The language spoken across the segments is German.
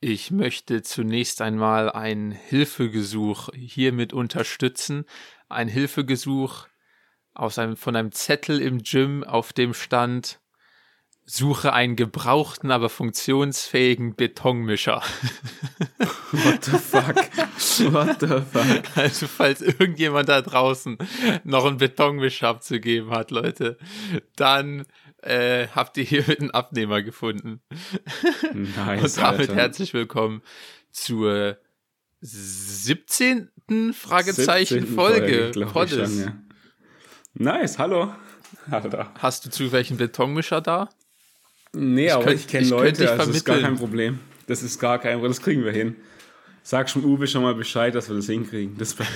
Ich möchte zunächst einmal ein Hilfegesuch hiermit unterstützen. Ein Hilfegesuch von einem Zettel im Gym, auf dem stand: Suche einen gebrauchten, aber funktionsfähigen Betonmischer. What the fuck? What the fuck? Also falls irgendjemand da draußen noch einen Betonmischer abzugeben hat, Leute, dann habt ihr hier einen Abnehmer gefunden. Nice, Und damit Alter. herzlich willkommen zur 17. Fragezeichen 17. Folge. glaub ich Poddes. schon, ja. Nice, hallo. Hallo da. Hast du zufällig einen Betonmischer da? Nee, aber ich kenne ich könnte Leute, dich also das ist gar vermitteln. kein Problem. Das ist gar kein Problem, das kriegen wir hin. Sag schon Uwe schon mal Bescheid, dass wir das hinkriegen.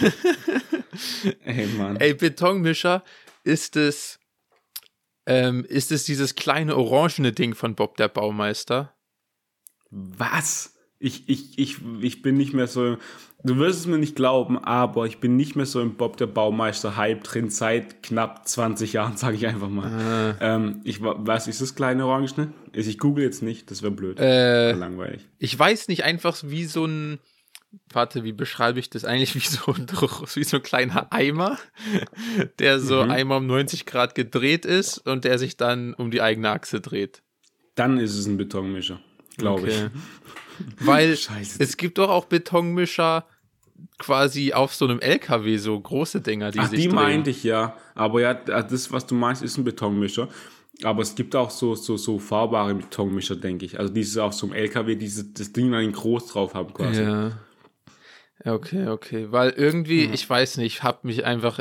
Ey, Mann. Ey, Betonmischer, ist es dieses kleine orangene Ding von Bob der Baumeister? Was? Ich bin nicht mehr so, du wirst es mir nicht glauben, aber ich bin nicht mehr so im Bob der Baumeister-Hype drin seit knapp 20 Jahren, sage ich einfach mal. Was ist das kleine Orangene? Ich google jetzt nicht, das wäre blöd. Langweilig. Ich weiß nicht, einfach wie so ein, warte, wie beschreibe ich das eigentlich? Wie so ein kleiner Eimer, der so einmal um 90 Grad gedreht ist und der sich dann um die eigene Achse dreht. Dann ist es ein Betonmischer, glaube ich. Weil Scheiße. es gibt doch auch Betonmischer quasi auf so einem LKW, so große Dinger, die Ach, sich die drehen. meinte ich ja. Aber ja, das, was du meinst, ist ein Betonmischer. Aber es gibt auch so fahrbare Betonmischer, denke ich. Also dieses auf so einem LKW, das Ding dann in groß drauf haben quasi. Ja. Okay. Weil irgendwie, ich weiß nicht, ich habe mich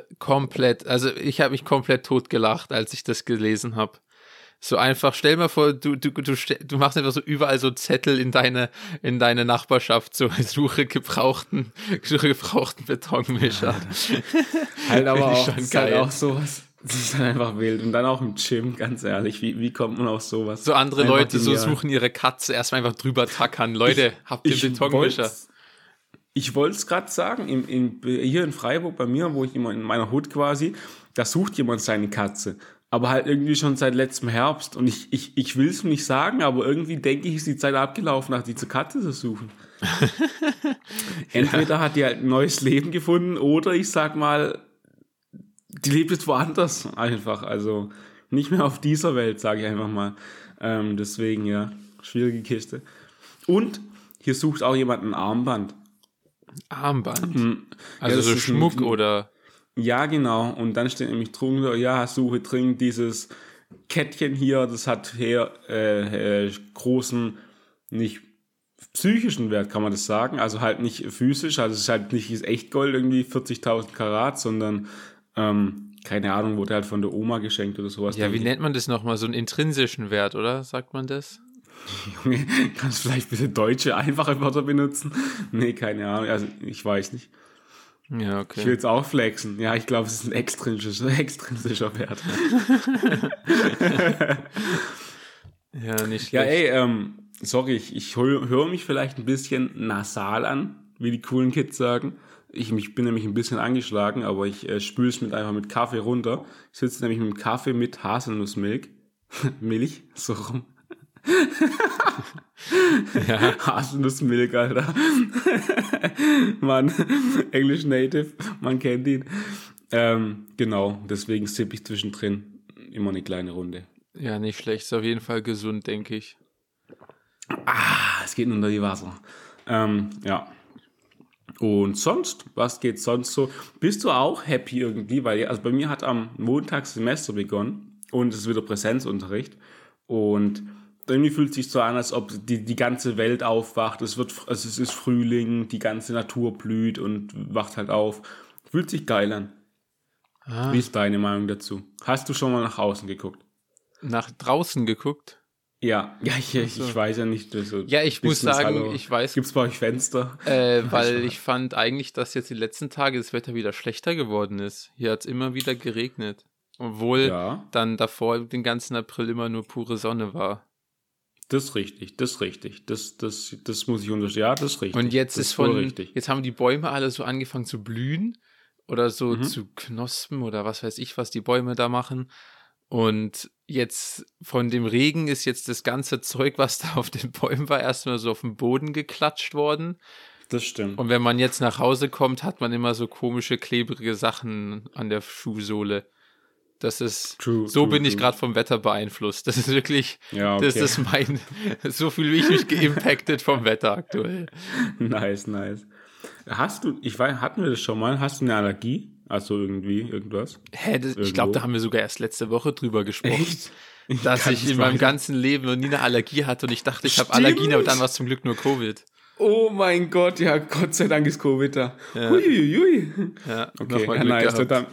komplett totgelacht, als ich das gelesen habe. So einfach, stell mal vor, du machst einfach so überall so Zettel in deine Nachbarschaft, so suche gebrauchten Betonmischer. Halt aber Finde ich auch, schon das ist geil. halt auch sowas. Das ist halt einfach wild. Und dann auch im Gym, ganz ehrlich, wie kommt man auf sowas? So andere Einfach Leute so genial. suchen ihre Katze, erstmal einfach drüber tackern. Leute, habt ihr Betonmischer? Ich wollte es gerade sagen, hier in Freiburg bei mir, wo ich immer in meiner Hut quasi, da sucht jemand seine Katze. Aber halt irgendwie schon seit letztem Herbst. Und ich will es nicht sagen, aber irgendwie denke ich, ist die Zeit abgelaufen, nach dieser Katze zu suchen. Entweder hat die halt ein neues Leben gefunden oder ich sag mal, die lebt jetzt woanders einfach. Also nicht mehr auf dieser Welt, sage ich einfach mal. Deswegen, ja, schwierige Kiste. Und hier sucht auch jemand ein Armband. Armband? Also das so ist Schmuck oder? Ja, genau. Und dann steht nämlich drunter, ja, suche dringend dieses Kettchen hier, das hat hier großen, nicht psychischen Wert, kann man das sagen. Also halt nicht physisch, also es ist halt nicht Echtgold irgendwie 40.000 Karat, sondern keine Ahnung, wurde halt von der Oma geschenkt oder sowas. Ja, wie nennt man das nochmal? So einen intrinsischen Wert, oder? Sagt man das? Junge, kannst du vielleicht bitte deutsche, einfache Wörter benutzen? Nee, keine Ahnung, also ich weiß nicht. Ja, Ich will okay. jetzt auch flexen. Ja, ich glaube, es ist ein extrinsischer Wert. Ja, nicht Ja, schlecht. sorry, ich höre mich vielleicht ein bisschen nasal an, wie die coolen Kids sagen. Ich bin nämlich ein bisschen angeschlagen, aber ich spüle es einfach mit Kaffee runter. Ich sitze nämlich mit dem Kaffee mit Haselnussmilch. Milch, so rum. Ja. Haselnussmilch, Alter. Mann, English Native, man kennt ihn. Genau, deswegen sippe ich zwischendrin immer eine kleine Runde. Ja, nicht schlecht. Ist auf jeden Fall gesund, denke ich. Es geht unter die Wasser. Ja. Und sonst, was geht sonst so? Bist du auch happy irgendwie? Weil, also bei mir hat am Montag Semester begonnen und es ist wieder Präsenzunterricht. Und irgendwie fühlt es sich so an, als ob die ganze Welt aufwacht. Es ist Frühling, die ganze Natur blüht und wacht halt auf. Fühlt sich geil an. Wie ist deine Meinung dazu? Hast du schon mal nach außen geguckt? Nach draußen geguckt? Ja, ich weiß ja nicht. Also Ja, ich muss sagen, ich weiß, Gibt's bei euch Fenster? weil ich fand eigentlich, dass jetzt die letzten Tage das Wetter wieder schlechter geworden ist. Hier hat es immer wieder geregnet. Obwohl dann davor den ganzen April immer nur pure Sonne war. Das ist richtig. Das muss ich unterstützen. Ja, das ist richtig. Und jetzt das ist richtig. jetzt haben die Bäume alle so angefangen zu blühen oder so zu knospen oder was weiß ich, was die Bäume da machen. Und jetzt von dem Regen ist jetzt das ganze Zeug, was da auf den Bäumen war, erstmal so auf den Boden geklatscht worden. Das stimmt. Und wenn man jetzt nach Hause kommt, hat man immer so komische, klebrige Sachen an der Schuhsohle. Das ist, bin ich gerade vom Wetter beeinflusst. Das ist wirklich, das ist so fühle ich mich geimpacted vom Wetter aktuell. Nice. Hatten wir das schon mal? Hast du eine Allergie? Also irgendwas? Ich glaube, da haben wir sogar erst letzte Woche drüber gesprochen. Echt? Dass ich in meinem ganzen Leben noch nie eine Allergie hatte und ich dachte, ich habe Allergien, aber dann war es zum Glück nur Covid. Oh mein Gott, ja, Gott sei Dank ist Covid da. Ja. Huiuiui. Ja, okay, Glück nice. gehabt.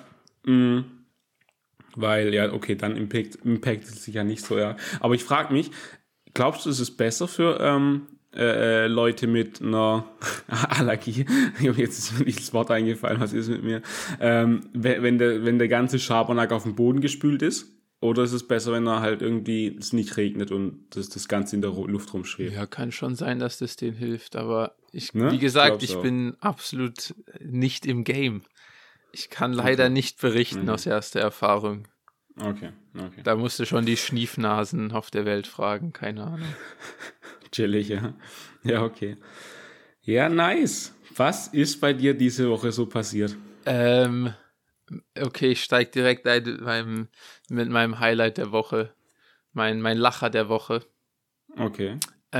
Weil, dann impactet es sich ja nicht so, ja. Aber ich frage mich, glaubst du, ist es besser für Leute mit einer Allergie? Jetzt ist mir nicht das Wort eingefallen, was ist mit mir? Wenn der ganze Schabernack auf dem Boden gespült ist? Oder ist es besser, wenn halt irgendwie es nicht regnet und das Ganze in der Luft rumschwebt? Ja, kann schon sein, dass das denen hilft, aber Ne? wie gesagt, Glaub's auch. bin absolut nicht im Game. Ich kann leider nicht berichten aus erster Erfahrung. Okay. Da musst du schon die Schniefnasen auf der Welt fragen, keine Ahnung. Chillig, ja. Ja, okay. Ja, nice. Was ist bei dir diese Woche so passiert? Okay, ich steige direkt ein mit meinem Highlight der Woche. Mein Lacher der Woche. Okay.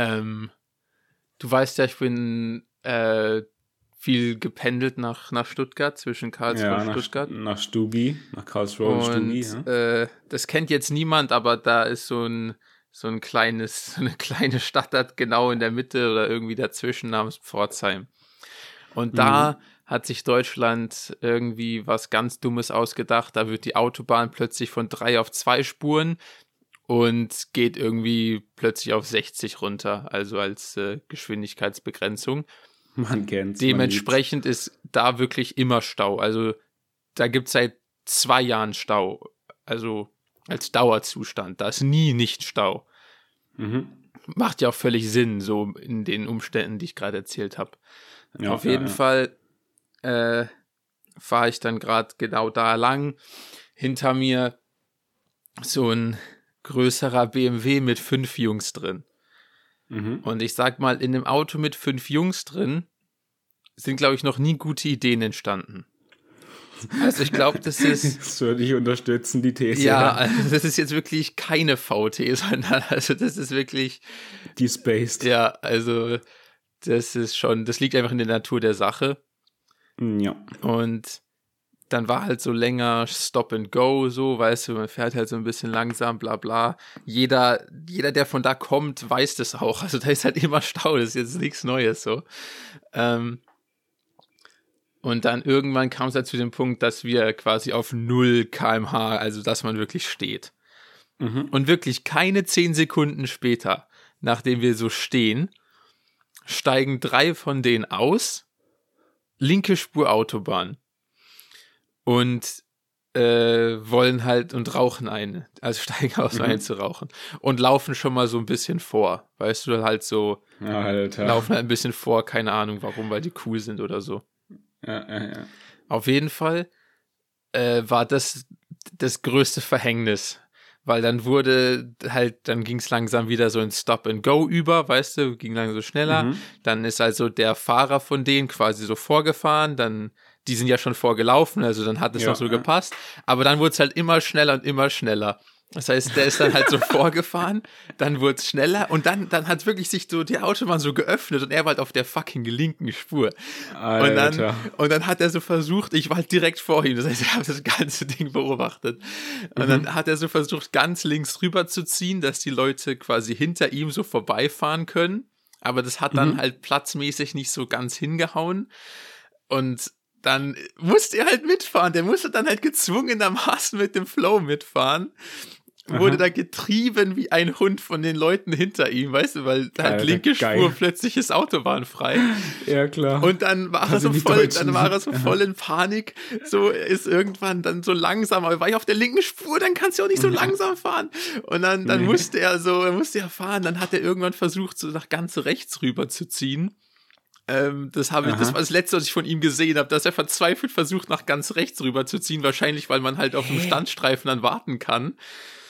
Du weißt ja, ich bin viel gependelt nach Stuttgart, zwischen Karlsruhe und Stuttgart. Nach Karlsruhe und Stubbi. Ja. Das kennt jetzt niemand, aber da ist so eine kleine Stadt genau in der Mitte oder irgendwie dazwischen namens Pforzheim. Und da hat sich Deutschland irgendwie was ganz Dummes ausgedacht. Da wird die Autobahn plötzlich von 3 auf 2 Spuren und geht irgendwie plötzlich auf 60 runter, also als Geschwindigkeitsbegrenzung. Man kennt's. Dementsprechend ist da wirklich immer Stau. Also da gibt es seit 2 Jahren Stau. Also als Dauerzustand. Da ist nie nicht Stau. Macht ja auch völlig Sinn, so in den Umständen, die ich gerade erzählt habe. Ja, auf jeden Fall fahre ich dann gerade genau da lang. Hinter mir so ein größerer BMW mit 5 Jungs drin. Und ich sag mal, in einem Auto mit 5 Jungs drin sind, glaube ich, noch nie gute Ideen entstanden. Also ich glaube, das ist... Das würde ich unterstützen, die These. Ja, also das ist jetzt wirklich keine VT, sondern also das ist wirklich... Die Spaced. Ja, also das liegt einfach in der Natur der Sache. Ja. Und dann war halt so länger Stop and Go, so, weißt du, man fährt halt so ein bisschen langsam, bla bla. Jeder, der von da kommt, weiß das auch. Also da ist halt immer Stau, das ist jetzt nichts Neues, so. Und dann irgendwann kam es halt zu dem Punkt, dass wir quasi auf 0 km/h, also dass man wirklich steht. Und wirklich keine 10 Sekunden später, nachdem wir so stehen, steigen 3 von denen aus, linke Spur Autobahn. Und wollen halt und rauchen eine. Also steigen aus, um eine zu rauchen. Und laufen schon mal so ein bisschen vor. Weißt du, halt so, Alter. laufen halt ein bisschen vor, keine Ahnung warum, weil die cool sind oder so. Ja. Auf jeden Fall war das größte Verhängnis. Weil dann dann ging es langsam wieder so in Stop and Go über, weißt du, ging langsam so schneller. Dann ist also der Fahrer von denen quasi so vorgefahren, dann die sind ja schon vorgelaufen, also dann hat es noch so gepasst. Aber dann wurde es halt immer schneller und immer schneller. Das heißt, der ist dann halt so vorgefahren, dann wurde es schneller und dann hat wirklich sich so die Autobahn so geöffnet und er war halt auf der fucking linken Spur. Alter. Und dann hat er so versucht, ich war halt direkt vor ihm, das heißt, ich habe das ganze Ding beobachtet. Und dann hat er so versucht, ganz links rüber zu ziehen, dass die Leute quasi hinter ihm so vorbeifahren können. Aber das hat dann halt platzmäßig nicht so ganz hingehauen. Und dann musste er halt mitfahren. Der musste dann halt gezwungenermaßen mit dem Flow mitfahren. Wurde da getrieben wie ein Hund von den Leuten hinter ihm, weißt du, weil halt Alter, linke geil. Spur plötzlich ist autobahnfrei. Ja, klar. Und dann war er so voll in Panik, so ist irgendwann dann so langsam, aber war ich auf der linken Spur, dann kannst du auch nicht so langsam fahren. Und dann musste er fahren, dann hat er irgendwann versucht, so nach ganz rechts rüber zu ziehen. Das war das Letzte, was ich von ihm gesehen habe, dass er verzweifelt versucht, nach ganz rechts rüber zu ziehen, wahrscheinlich, weil man halt auf dem Standstreifen dann warten kann.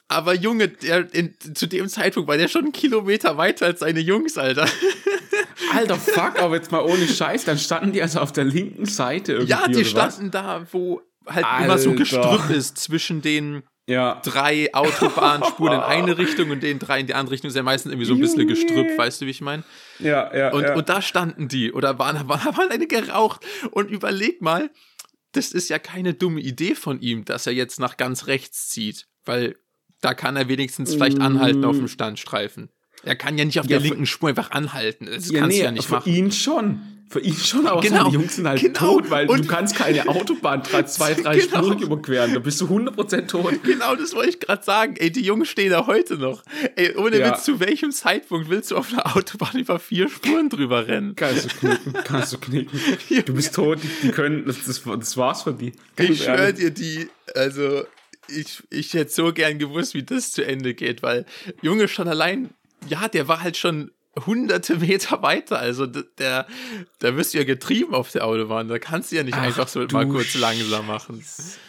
Aber Junge, zu dem Zeitpunkt war der schon 1 Kilometer weiter als seine Jungs, Alter. Alter, fuck, aber jetzt mal ohne Scheiß, dann standen die also auf der linken Seite irgendwie. Ja, die oder standen da, wo halt Alter. immer so Gestrüpp ist zwischen den 3 Autobahnspuren in eine Richtung und den 3 in die andere Richtung. Ist ja meistens irgendwie so ein bisschen Gestrüpp, weißt du, wie ich meine? Ja. Und da standen die oder waren eine geraucht. Und überleg mal, das ist ja keine dumme Idee von ihm, dass er jetzt nach ganz rechts zieht, weil da kann er wenigstens vielleicht anhalten auf dem Standstreifen. Er kann ja nicht auf der linken Spur einfach anhalten. Das kannst du ja nicht machen. Für ihn schon, aber seine Jungs sind halt tot, weil du kannst keine Autobahn 2-3 Spuren überqueren. Da bist du 100% tot. Genau, das wollte ich gerade sagen. Ey, die Jungs stehen da heute noch. Ey, ohne Witz, zu welchem Zeitpunkt willst du auf einer Autobahn über 4 Spuren drüber rennen? Kannst du knicken. Du bist tot, die können, das war's für die. Ich schwöre dir, also ich hätte so gern gewusst, wie das zu Ende geht, weil Junge schon allein, ja, der war halt schon hunderte Meter weiter, also da wirst du ja getrieben auf der Autobahn, da kannst du ja nicht einfach so mal kurz langsam machen.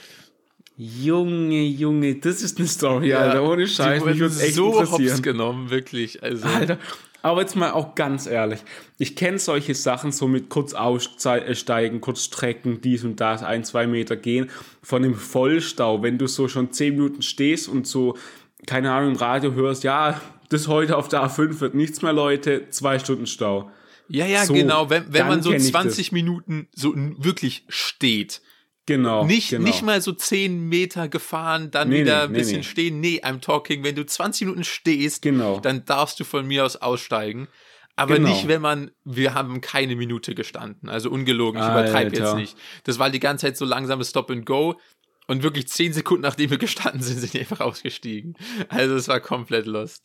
Junge, das ist eine Story, Alter, ohne Scheiß, mich würde es echt so interessieren. hops genommen, wirklich, also. Alter, aber jetzt mal auch ganz ehrlich, ich kenne solche Sachen, so mit kurz aussteigen, kurz strecken, dies und das, 1-2 Meter gehen, von dem Vollstau, wenn du so schon 10 Minuten stehst und so, keine Ahnung, im Radio hörst, ja, das heute auf der A5 wird nichts mehr, Leute, 2 Stunden Stau. Ja, so, genau, wenn man so 20 Minuten so wirklich steht. Genau. Nicht mal so 10 Meter gefahren, dann wieder ein bisschen stehen. Nee, I'm talking, wenn du 20 Minuten stehst, dann darfst du von mir aus aussteigen. Aber nicht, wir haben keine Minute gestanden. Also ungelogen, ich übertreibe jetzt nicht. Das war die ganze Zeit so langsames Stop and Go. Und wirklich 10 Sekunden, nachdem wir gestanden sind die einfach ausgestiegen. Also es war komplett lost.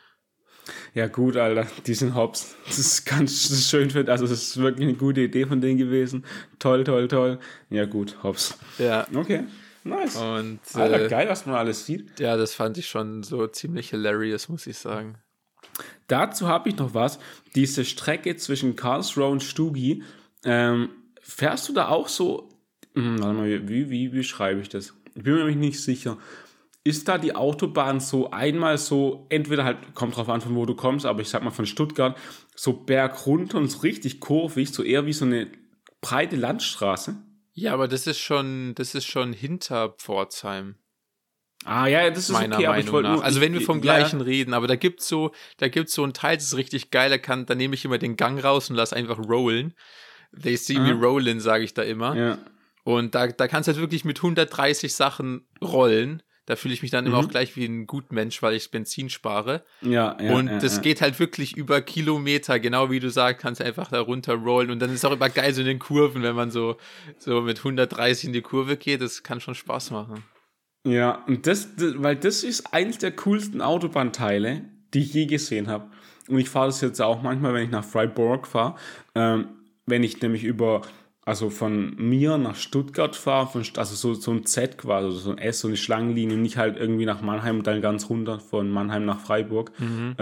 Ja gut, Alter, die sind hops. Das ist schön für, also das ist wirklich eine gute Idee von denen gewesen. Toll. Ja gut, hops. Ja. Okay, nice. Und, Alter, geil, was man alles sieht. Ja, das fand ich schon so ziemlich hilarious, muss ich sagen. Dazu habe ich noch was. Diese Strecke zwischen Karlsruhe und Stuggi, fährst du da auch so, warte mal, wie beschreibe ich das? Ich bin mir nämlich nicht sicher. Ist da die Autobahn so einmal so, entweder halt, kommt drauf an, von wo du kommst, aber ich sag mal von Stuttgart, so bergunter und so richtig kurvig, so eher wie so eine breite Landstraße? Ja, aber das ist schon hinter Pforzheim. Ah ja, das ist meiner okay, Meinung nach. Also wenn wir vom Gleichen reden, aber da gibt's so einen Teil, das ist richtig geil, da nehme ich immer den Gang raus und lass einfach rollen. They see me rolling, sage ich da immer. Ja. Und da kannst du halt wirklich mit 130 Sachen rollen. Da fühle ich mich dann immer auch gleich wie ein Gutmensch, weil ich Benzin spare. Und das geht halt wirklich über Kilometer, genau wie du sagst, kannst du einfach da runter rollen. Und dann ist es auch immer geil so in den Kurven, wenn man so mit 130 in die Kurve geht. Das kann schon Spaß machen. Ja, und weil das ist eines der coolsten Autobahnteile, die ich je gesehen habe. Und ich fahre das jetzt auch manchmal, wenn ich nach Freiburg fahre. Wenn ich nämlich also von mir nach Stuttgart fahre, also so ein Z quasi, also so ein S, so eine Schlangenlinie, nicht halt irgendwie nach Mannheim und dann ganz runter von Mannheim nach Freiburg. Und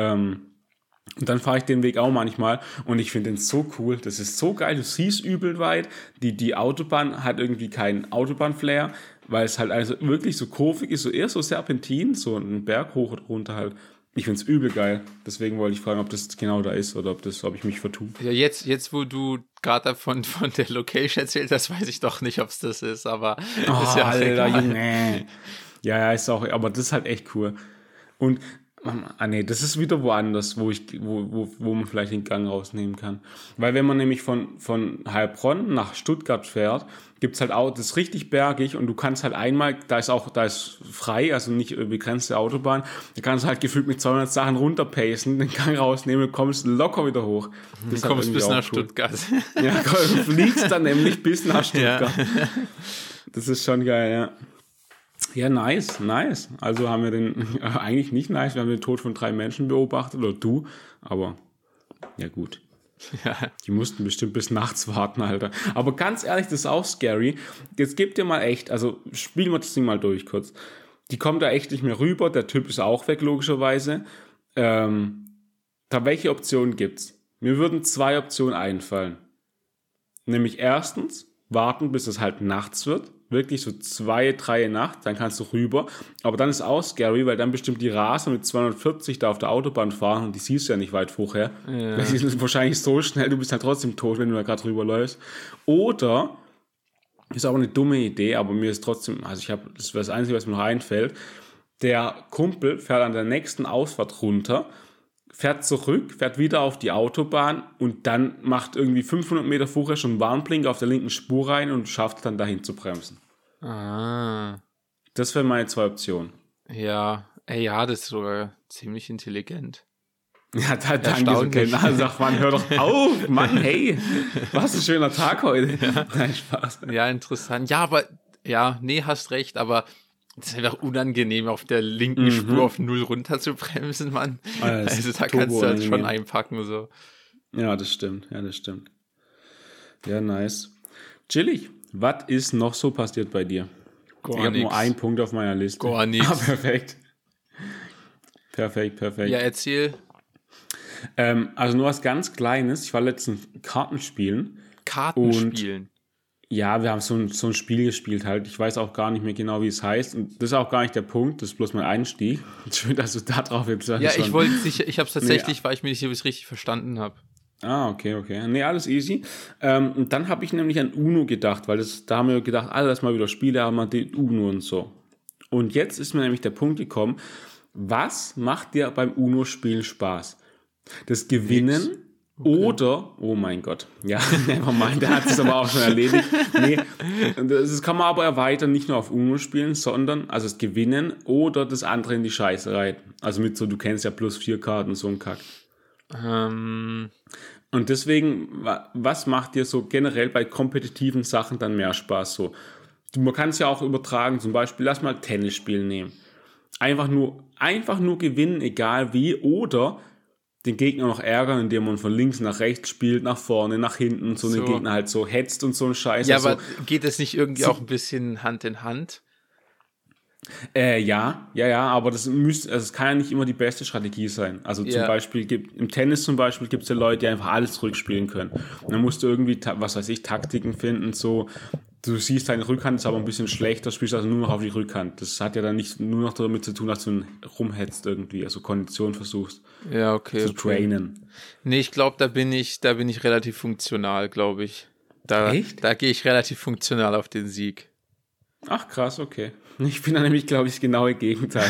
dann fahre ich den Weg auch manchmal und ich finde den so cool, das ist so geil, du siehst übel weit, die Autobahn hat irgendwie keinen Autobahnflair, weil es halt also wirklich so kurvig ist, so eher so Serpentin, so einen Berg hoch und runter halt. Ich find's übel geil. Deswegen wollte ich fragen, ob das genau da ist oder ob ich mich vertue. Ja, jetzt wo du gerade von der Location erzählt hast, weiß ich doch nicht, ob es das ist, aber ist ja Alter, Junge. Ja, ist auch, aber das ist halt echt cool. Und das ist wieder woanders, wo man vielleicht den Gang rausnehmen kann. Weil wenn man nämlich von Heilbronn nach Stuttgart fährt, gibt's halt auch, das ist richtig bergig und du kannst halt einmal, da ist frei, also nicht begrenzte Autobahn, da kannst du halt gefühlt mit 200 Sachen runterpacen, den Gang rausnehmen und kommst locker wieder hoch. Du kommst bis nach Stuttgart. Ja, du fliegst dann nämlich bis nach Stuttgart. Ja. Das ist schon geil, ja. Ja, nice. Also haben wir eigentlich nicht nice, wir haben den Tod von 3 Menschen beobachtet, oder du, aber ja gut. Ja. Die mussten bestimmt bis nachts warten, Alter. Aber ganz ehrlich, das ist auch scary. Jetzt gebt ihr mal echt, also spielen wir das Ding mal durch kurz. Die kommen da echt nicht mehr rüber, der Typ ist auch weg, logischerweise. Welche Optionen gibt's? Mir würden 2 Optionen einfallen. Nämlich erstens, warten, bis es halt nachts wird, wirklich so 2, 3 Nacht, dann kannst du rüber. Aber dann ist auch scary, weil dann bestimmt die Raser mit 240 da auf der Autobahn fahren und die siehst du ja nicht weit vorher. Ja. Weil die sind wahrscheinlich so schnell, du bist halt trotzdem tot, wenn du da gerade rüberläufst. Oder, ist aber eine dumme Idee, aber mir ist trotzdem, also das wäre das Einzige, was mir noch einfällt, der Kumpel fährt an der nächsten Ausfahrt runter, fährt zurück, fährt wieder auf die Autobahn und dann macht irgendwie 500 Meter vorher schon einen Warnblinker auf der linken Spur rein und schafft dann dahin zu bremsen. Ah. Das wären meine 2 Optionen. Ja, das ist sogar ziemlich intelligent. Ja, danke, so genau. Sag, Mann, hör doch auf, Mann, hey, was ein schöner Tag heute. Ja. Nein, Spaß. Ja, interessant. Ja, aber, hast recht, aber es ist einfach unangenehm, auf der linken Spur auf 0 runter zu bremsen, Mann. Also da kannst du halt schon einpacken, so. Ja, das stimmt. Ja, nice. Chillig. Was ist noch so passiert bei dir? Ich habe nur einen Punkt auf meiner Liste. Gar nichts. Perfekt. Ja, erzähl. Also nur was ganz Kleines. Ich war letztens Kartenspielen. Kartenspielen? Ja, wir haben so ein Spiel gespielt halt. Ich weiß auch gar nicht mehr genau, wie es heißt. Und das ist auch gar nicht der Punkt. Das ist bloß mein Einstieg. Schön, dass du da drauf jetzt Ja, ich habe es tatsächlich, weil ich mir nicht sicher, ob ich es richtig verstanden habe. Ah, okay. Nee, alles easy. Und dann habe ich nämlich an Uno gedacht, weil da haben wir gedacht, lass mal wieder Spiele, haben wir die Uno und so. Und jetzt ist mir nämlich der Punkt gekommen, was macht dir beim Uno-Spielen Spaß? Das Gewinnen oder, oh mein Gott, ja, nevermind, der hat es aber auch schon erledigt. Nee, das kann man aber erweitern, nicht nur auf Uno spielen, sondern also das Gewinnen oder das andere in die Scheiße reiten. Also mit so, du kennst ja +4 Karten, so ein Kack. Und deswegen, was macht dir so generell bei kompetitiven Sachen dann mehr Spaß so? Man kann es ja auch übertragen, zum Beispiel, lass mal Tennisspielen nehmen. Einfach nur gewinnen, egal wie, oder den Gegner noch ärgern, indem man von links nach rechts spielt, nach vorne, nach hinten, so den Gegner halt so hetzt und so ein Scheiß. Ja, aber geht das nicht irgendwie auch ein bisschen Hand in Hand? Ja, aber es kann ja nicht immer die beste Strategie sein. Also zum Beispiel im Tennis zum Beispiel gibt es ja Leute, die einfach alles zurückspielen können. Und dann musst du irgendwie, was weiß ich, Taktiken finden, so. Du siehst, deine Rückhand ist aber ein bisschen schlechter, spielst also nur noch auf die Rückhand. Das hat ja dann nicht nur noch damit zu tun, dass du rumhetzt irgendwie, also Kondition versuchst zu trainen. Nee, ich glaube, da bin ich relativ funktional, glaube ich. Echt? Da gehe ich relativ funktional auf den Sieg. Ach krass, okay. Ich bin da nämlich, glaube ich, das genaue Gegenteil.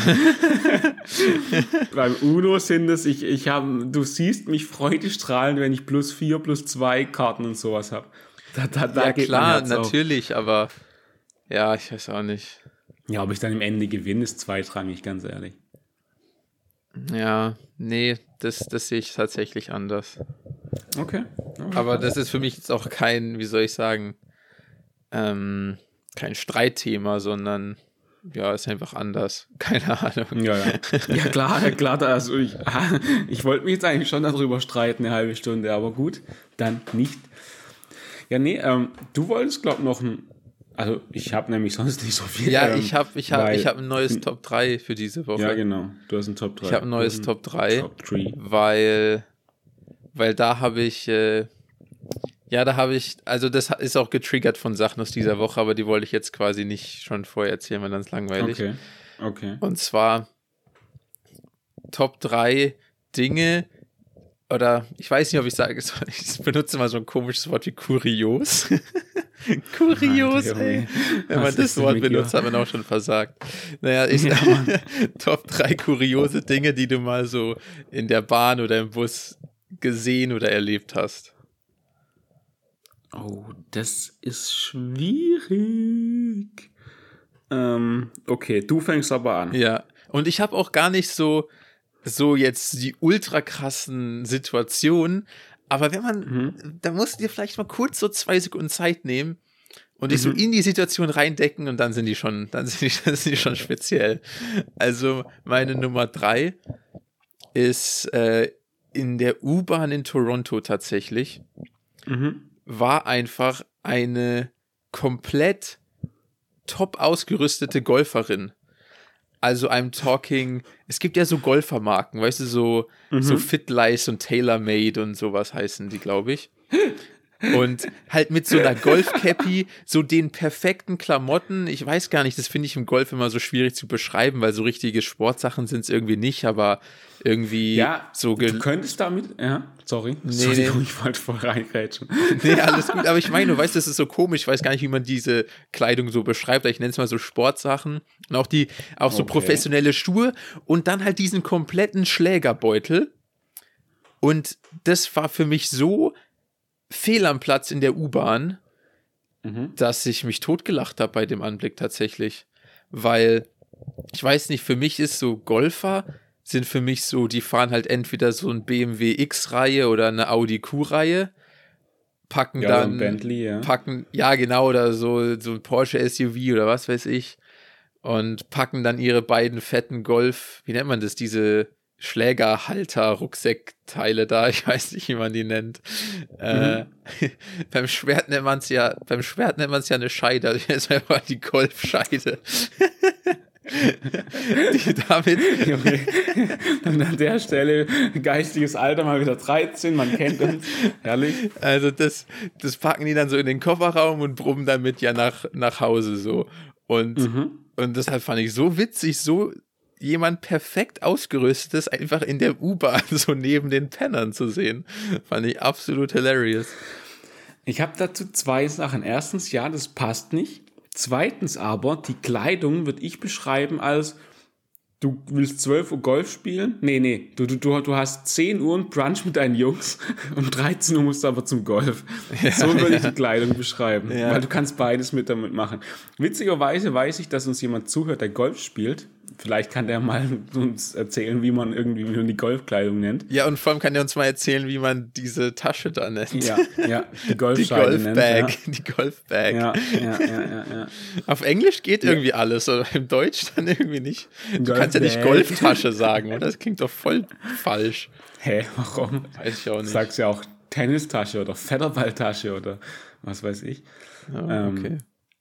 Beim Uno sind es, du siehst mich freudestrahlend, wenn ich +4, +2 Karten und sowas habe. Ja klar, natürlich, aber ja, ich weiß auch nicht. Ja, ob ich dann im Ende gewinne, ist zweitrangig, ganz ehrlich. Ja, nee, das sehe ich tatsächlich anders. Okay. Aber das ist für mich jetzt auch kein, wie soll ich sagen, kein Streitthema, sondern ja, ist einfach anders. Keine Ahnung. Ja, klar. Also ich wollte mich jetzt eigentlich schon darüber streiten, eine halbe Stunde, aber gut, dann nicht. Ja, nee, du wolltest, glaube ich, also ich habe nämlich sonst nicht so viel. Ja, ich hab ein neues Top 3 für diese Woche. Ja, genau, du hast ein Top 3. Ich habe ein neues Top 3, Top 3. weil da habe ich, also das ist auch getriggert von Sachen aus dieser Woche, aber die wollte ich jetzt quasi nicht schon vorher erzählen, weil dann ist langweilig. Okay. Und zwar Top 3 Dinge, oder ich weiß nicht, ob ich sage, ich benutze mal so ein komisches Wort wie kurios. Kurios, ey. Wenn man das Wort benutzt, hat man auch schon versagt. Naja, Top 3 kuriose Dinge, die du mal so in der Bahn oder im Bus gesehen oder erlebt hast. Oh, das ist schwierig. Okay, du fängst aber an. Ja, und ich habe auch gar nicht so jetzt die ultra krassen Situationen, aber wenn man, da musst du dir vielleicht mal kurz so 2 Sekunden Zeit nehmen und dich so in die Situation reindecken und dann sind die schon speziell. Also meine Nummer 3 ist in der U-Bahn in Toronto tatsächlich, war einfach eine komplett top ausgerüstete Golferin. Also I'm talking, es gibt ja so Golfermarken, weißt du, so FitLice und TaylorMade und sowas heißen die, glaube ich. Und halt mit so einer Golfcappy, so den perfekten Klamotten. Ich weiß gar nicht, das finde ich im Golf immer so schwierig zu beschreiben, weil so richtige Sportsachen sind es irgendwie nicht, aber irgendwie Ja, so. du könntest damit, ja, sorry, Entschuldigung, ich wollte voll reingrätschen. Nee, alles gut, aber ich meine, du weißt, das ist so komisch, ich weiß gar nicht, wie man diese Kleidung so beschreibt, ich nenne es mal so Sportsachen und auch so professionelle Schuhe und dann halt diesen kompletten Schlägerbeutel und das war für mich so fehl am Platz in der U-Bahn, dass ich mich totgelacht habe bei dem Anblick tatsächlich, weil ich weiß nicht, für mich ist so Golfer sind für mich so, die fahren halt entweder so ein BMW X-Reihe oder eine Audi Q-Reihe, packen ja, dann, ein Bentley, ja. Ja genau, oder so ein Porsche SUV oder was weiß ich und packen dann ihre beiden fetten Golf, wie nennt man das, diese Schlägerhalter-Rucksackteile da, ich weiß nicht, wie man die nennt. Beim Schwert nennt man es ja eine Scheide, das ist einfach die Golfscheide. Die damit Junge. Und an der Stelle geistiges Alter mal wieder 13, man kennt uns, herrlich. Also das packen die dann so in den Kofferraum und brummen damit ja nach Hause so. Und deshalb fand ich so witzig, so jemand perfekt ausgerüstetes einfach in der U-Bahn so neben den Pennern zu sehen. Fand ich absolut hilarious. Ich habe dazu zwei Sachen. Erstens, ja, das passt nicht. Zweitens aber, die Kleidung würde ich beschreiben als, du willst 12 Uhr Golf spielen? Nee, du hast 10 Uhr ein Brunch mit deinen Jungs und 13 Uhr musst du aber zum Golf. Ja, so würde ich die Kleidung beschreiben, weil du kannst beides damit machen. Witzigerweise weiß ich, dass uns jemand zuhört, der Golf spielt. Vielleicht kann der mal uns erzählen, wie man die Golfkleidung nennt. Ja, und vor allem kann der uns mal erzählen, wie man diese Tasche da nennt. Ja, die Golfscheide nennt. Ja. Die Golfbag. Ja. Auf Englisch geht irgendwie alles, oder im Deutsch dann irgendwie nicht. Du kannst ja nicht Golftasche sagen, oder? Das klingt doch voll falsch. Hä, warum? Weiß ich auch nicht. Du sagst ja auch Tennistasche oder Federballtasche oder was weiß ich. Oh, okay.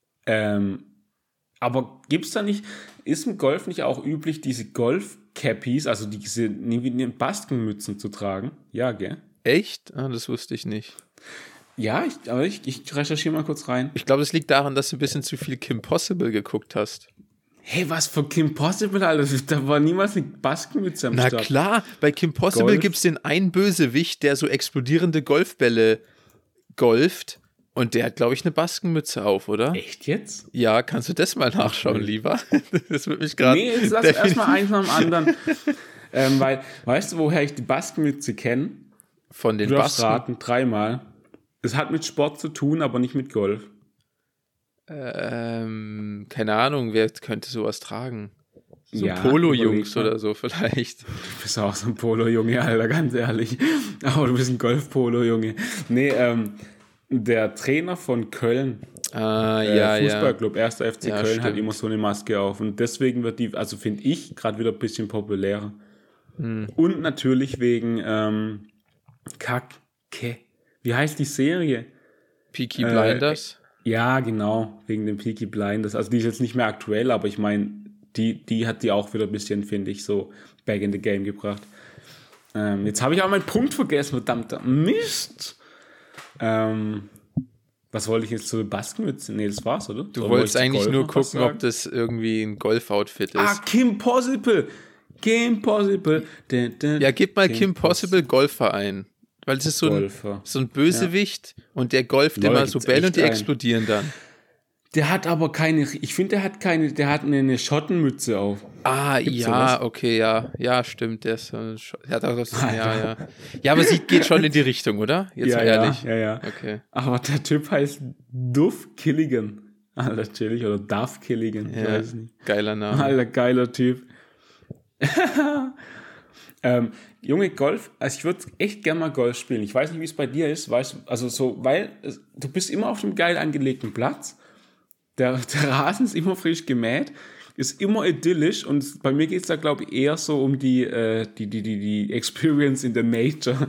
Aber gibt's da nicht, ist im Golf nicht auch üblich, diese Golf-Cappies, also diese Baskenmützen zu tragen? Ja, gell? Echt? Ah, das wusste ich nicht. Ja, ich recherchiere mal kurz rein. Ich glaube, das liegt daran, dass du ein bisschen zu viel Kim Possible geguckt hast. Hey, was für Kim Possible, Alter? Da war niemals eine Baskenmütze am Start. Na klar, bei Kim Possible gibt es den einen Bösewicht, der so explodierende Golfbälle golft. Und der hat, glaube ich, eine Baskenmütze auf, oder? Echt jetzt? Ja, kannst du das mal nachschauen, lieber? Das wird mich gerade... Nee, jetzt lass erstmal eins nach dem anderen. Weil, weißt du, woher ich die Baskenmütze kenne? Von den Basken? Raten, 3-mal. Es hat mit Sport zu tun, aber nicht mit Golf. Keine Ahnung, wer könnte sowas tragen? So ja, Polo-Jungs oder so vielleicht. Du bist auch so ein Polo-Junge, Alter, ganz ehrlich. Aber du bist ein Golf-Polo-Junge. Nee, der Trainer von Köln, Fußballclub, 1. FC Köln, stimmt. Hat immer so eine Maske auf. Und deswegen wird die, also finde ich, gerade wieder ein bisschen populärer. Und natürlich wegen wie heißt die Serie? Peaky Blinders? Ja, genau, wegen dem Peaky Blinders. Also die ist jetzt nicht mehr aktuell, aber ich meine, die hat die auch wieder ein bisschen, finde ich, so back in the game gebracht. Jetzt habe ich auch meinen Punkt vergessen, verdammter Mist. Was wollte ich jetzt zur Baskenmütze? Nee, das war's, oder? Du wolltest eigentlich nur gucken, ob das irgendwie ein Golf-Outfit ist. Ah, Kim Possible! Ja, gib mal Kim Possible Golfer ein. Weil es ist so ein Bösewicht und der golft immer so Bälle und die explodieren dann. Der hat aber keine, ich finde, der hat eine Schottenmütze auf. Ah, gibt's ja, sowas? Okay, ja, stimmt. Der hat auch das, ja. Ja, aber sie geht schon in die Richtung, oder? Jetzt mal ehrlich. Ja. Okay. Aber der Typ heißt Duff Killigan. Alter, chillig, oder Duff Killigan, ich weiß nicht. Geiler Name. Alter, geiler Typ. Junge, Golf, also ich würde echt gerne mal Golf spielen. Ich weiß nicht, wie es bei dir ist, weißt du, also so, weil du bist immer auf einem geil angelegten Platz. Der Rasen ist immer frisch gemäht, ist immer idyllisch und bei mir geht es da, glaube ich, eher so um die Experience in the Nature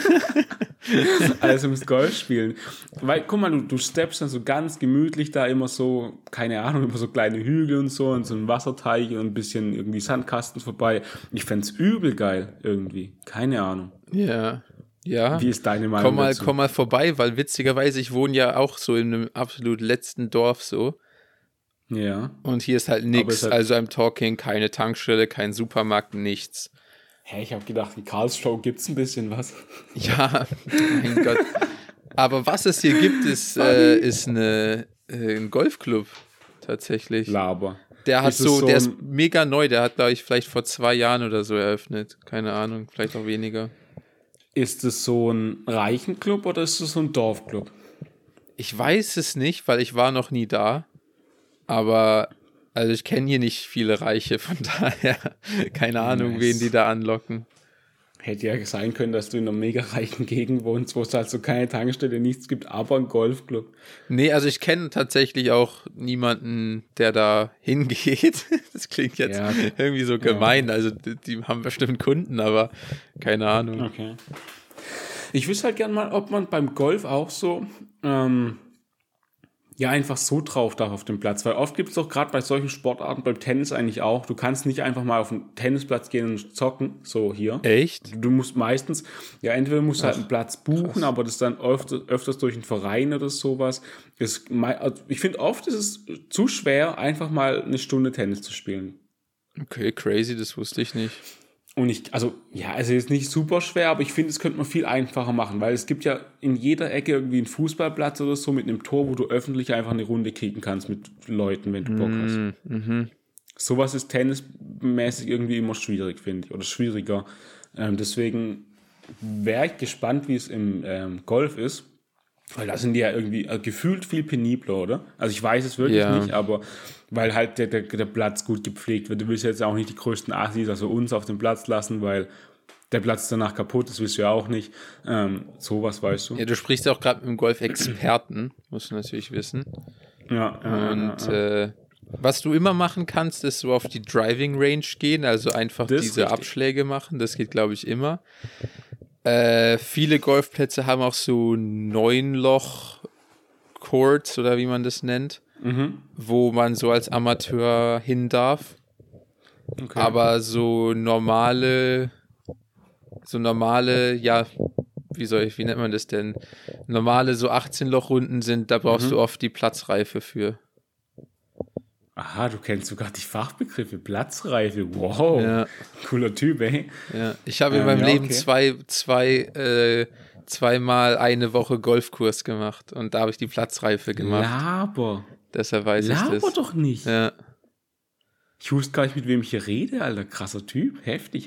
als ums Golfspielen. Weil, guck mal, du steppst dann so ganz gemütlich da immer so, keine Ahnung, über so kleine Hügel und so ein Wasserteich und ein bisschen irgendwie Sandkasten vorbei. Ich fänd's übel geil irgendwie. Keine Ahnung. Ja. Ja, Wie ist deine Meinung dazu? komm mal vorbei, weil witzigerweise, ich wohne ja auch so in einem absolut letzten Dorf so. Ja. Und hier ist halt Aber nix. es hat, Also I'm talking, keine Tankstelle, kein Supermarkt, nichts. hä, ich habe gedacht, in Karlsruhe gibt es ein bisschen was. Ja, mein Gott. Aber was es hier gibt, ist ein Golfclub tatsächlich. Laber. Der hat Ist es so der ist ein, mega neu, der hat, glaube ich, vielleicht vor 2 Jahren oder so eröffnet. Keine Ahnung, vielleicht auch weniger. ist es so ein Reichenclub oder ist es so ein Dorfclub? Ich weiß es nicht, weil ich war noch nie da. Aber, also ich kenne hier nicht viele Reiche, von daher keine Ahnung, wen Nice. die da anlocken. Hätte ja sein können, dass du in einer mega reichen Gegend wohnst, wo es halt so keine Tankstelle, nichts gibt, aber ein Golfclub. Nee, also ich kenne tatsächlich auch niemanden, der da hingeht. Das klingt jetzt Ja. irgendwie so gemein. Also die haben bestimmt Kunden, aber keine Ahnung. Okay. Ich wüsste halt gern mal, ob man beim Golf auch so, ja, einfach so drauf darf auf dem Platz. Weil oft gibt es doch gerade bei solchen Sportarten, beim Tennis eigentlich auch, du kannst nicht einfach mal auf den Tennisplatz gehen und zocken, so hier. Echt? Du musst meistens, ja, entweder musst du halt einen Platz buchen, krass. aber das dann öfters durch einen Verein oder sowas. Also ich finde, oft ist es zu schwer, einfach mal eine Stunde Tennis zu spielen. Okay, crazy, das wusste ich nicht. Und also jetzt nicht super schwer, aber ich finde, es könnte man viel einfacher machen, weil es gibt ja in jeder Ecke irgendwie einen Fußballplatz oder so mit einem Tor, wo du öffentlich einfach eine Runde kicken kannst mit Leuten, wenn du Bock hast. Sowas ist tennismäßig irgendwie immer schwierig, finde ich, oder schwieriger. Deswegen wäre ich gespannt, wie es im Golf ist, weil da sind die ja irgendwie gefühlt viel penibler, oder? Also ich weiß es wirklich Ja. nicht, aber weil halt der Platz gut gepflegt wird. Du willst jetzt auch nicht die größten Assis, also uns auf den Platz lassen, weil der Platz ist danach kaputt, das willst du ja auch nicht. Sowas weißt du. Ja, du sprichst ja auch gerade mit dem Golf-Experten, musst du natürlich wissen. Und was du immer machen kannst, ist so auf die Driving Range gehen, also einfach Das ist diese richtig. Abschläge machen. Das geht, glaube ich, immer. Viele Golfplätze haben auch so 9-Loch-Courts oder wie man das nennt, wo man so als Amateur hin darf. Okay. Aber so normale, ja, wie nennt man das denn? Normale so 18-Loch-Runden sind, da brauchst du oft die Platzreife für. Aha, du kennst sogar die Fachbegriffe, Platzreife, wow, Ja. cooler Typ, ey. Ja. Ich habe in meinem ja, Leben okay. zweimal eine Woche Golfkurs gemacht und da habe ich die Platzreife gemacht. Laber. Deshalb weiß ich Laber das. doch nicht. Ja. Ich wusste gar nicht, mit wem ich hier rede, Alter. Krasser Typ. Heftig.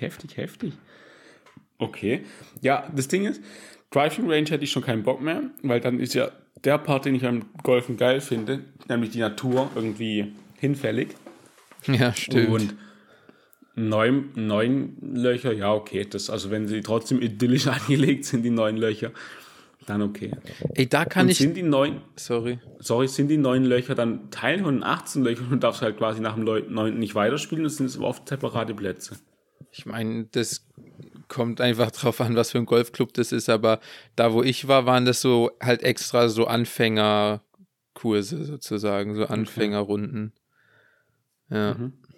Okay. Ja, das Ding ist, Driving Range hätte ich schon keinen Bock mehr, weil dann ist ja der Part, den ich beim Golfen geil finde, nämlich die Natur irgendwie hinfällig. Ja, stimmt. Und neun Löcher, ja, okay. Also wenn sie trotzdem idyllisch angelegt sind, die 9 Löcher, dann okay. Ey, da kann Und ich. sind die 9 Löcher dann Teil von den 18 Löchern und darfst halt quasi nach dem 9. nicht weiterspielen, das sind es oft separate Plätze. Ich meine, das kommt einfach drauf an, was für ein Golfclub das ist, aber da, wo ich war, waren das so halt extra so Anfängerkurse sozusagen, so Anfängerrunden. Ja.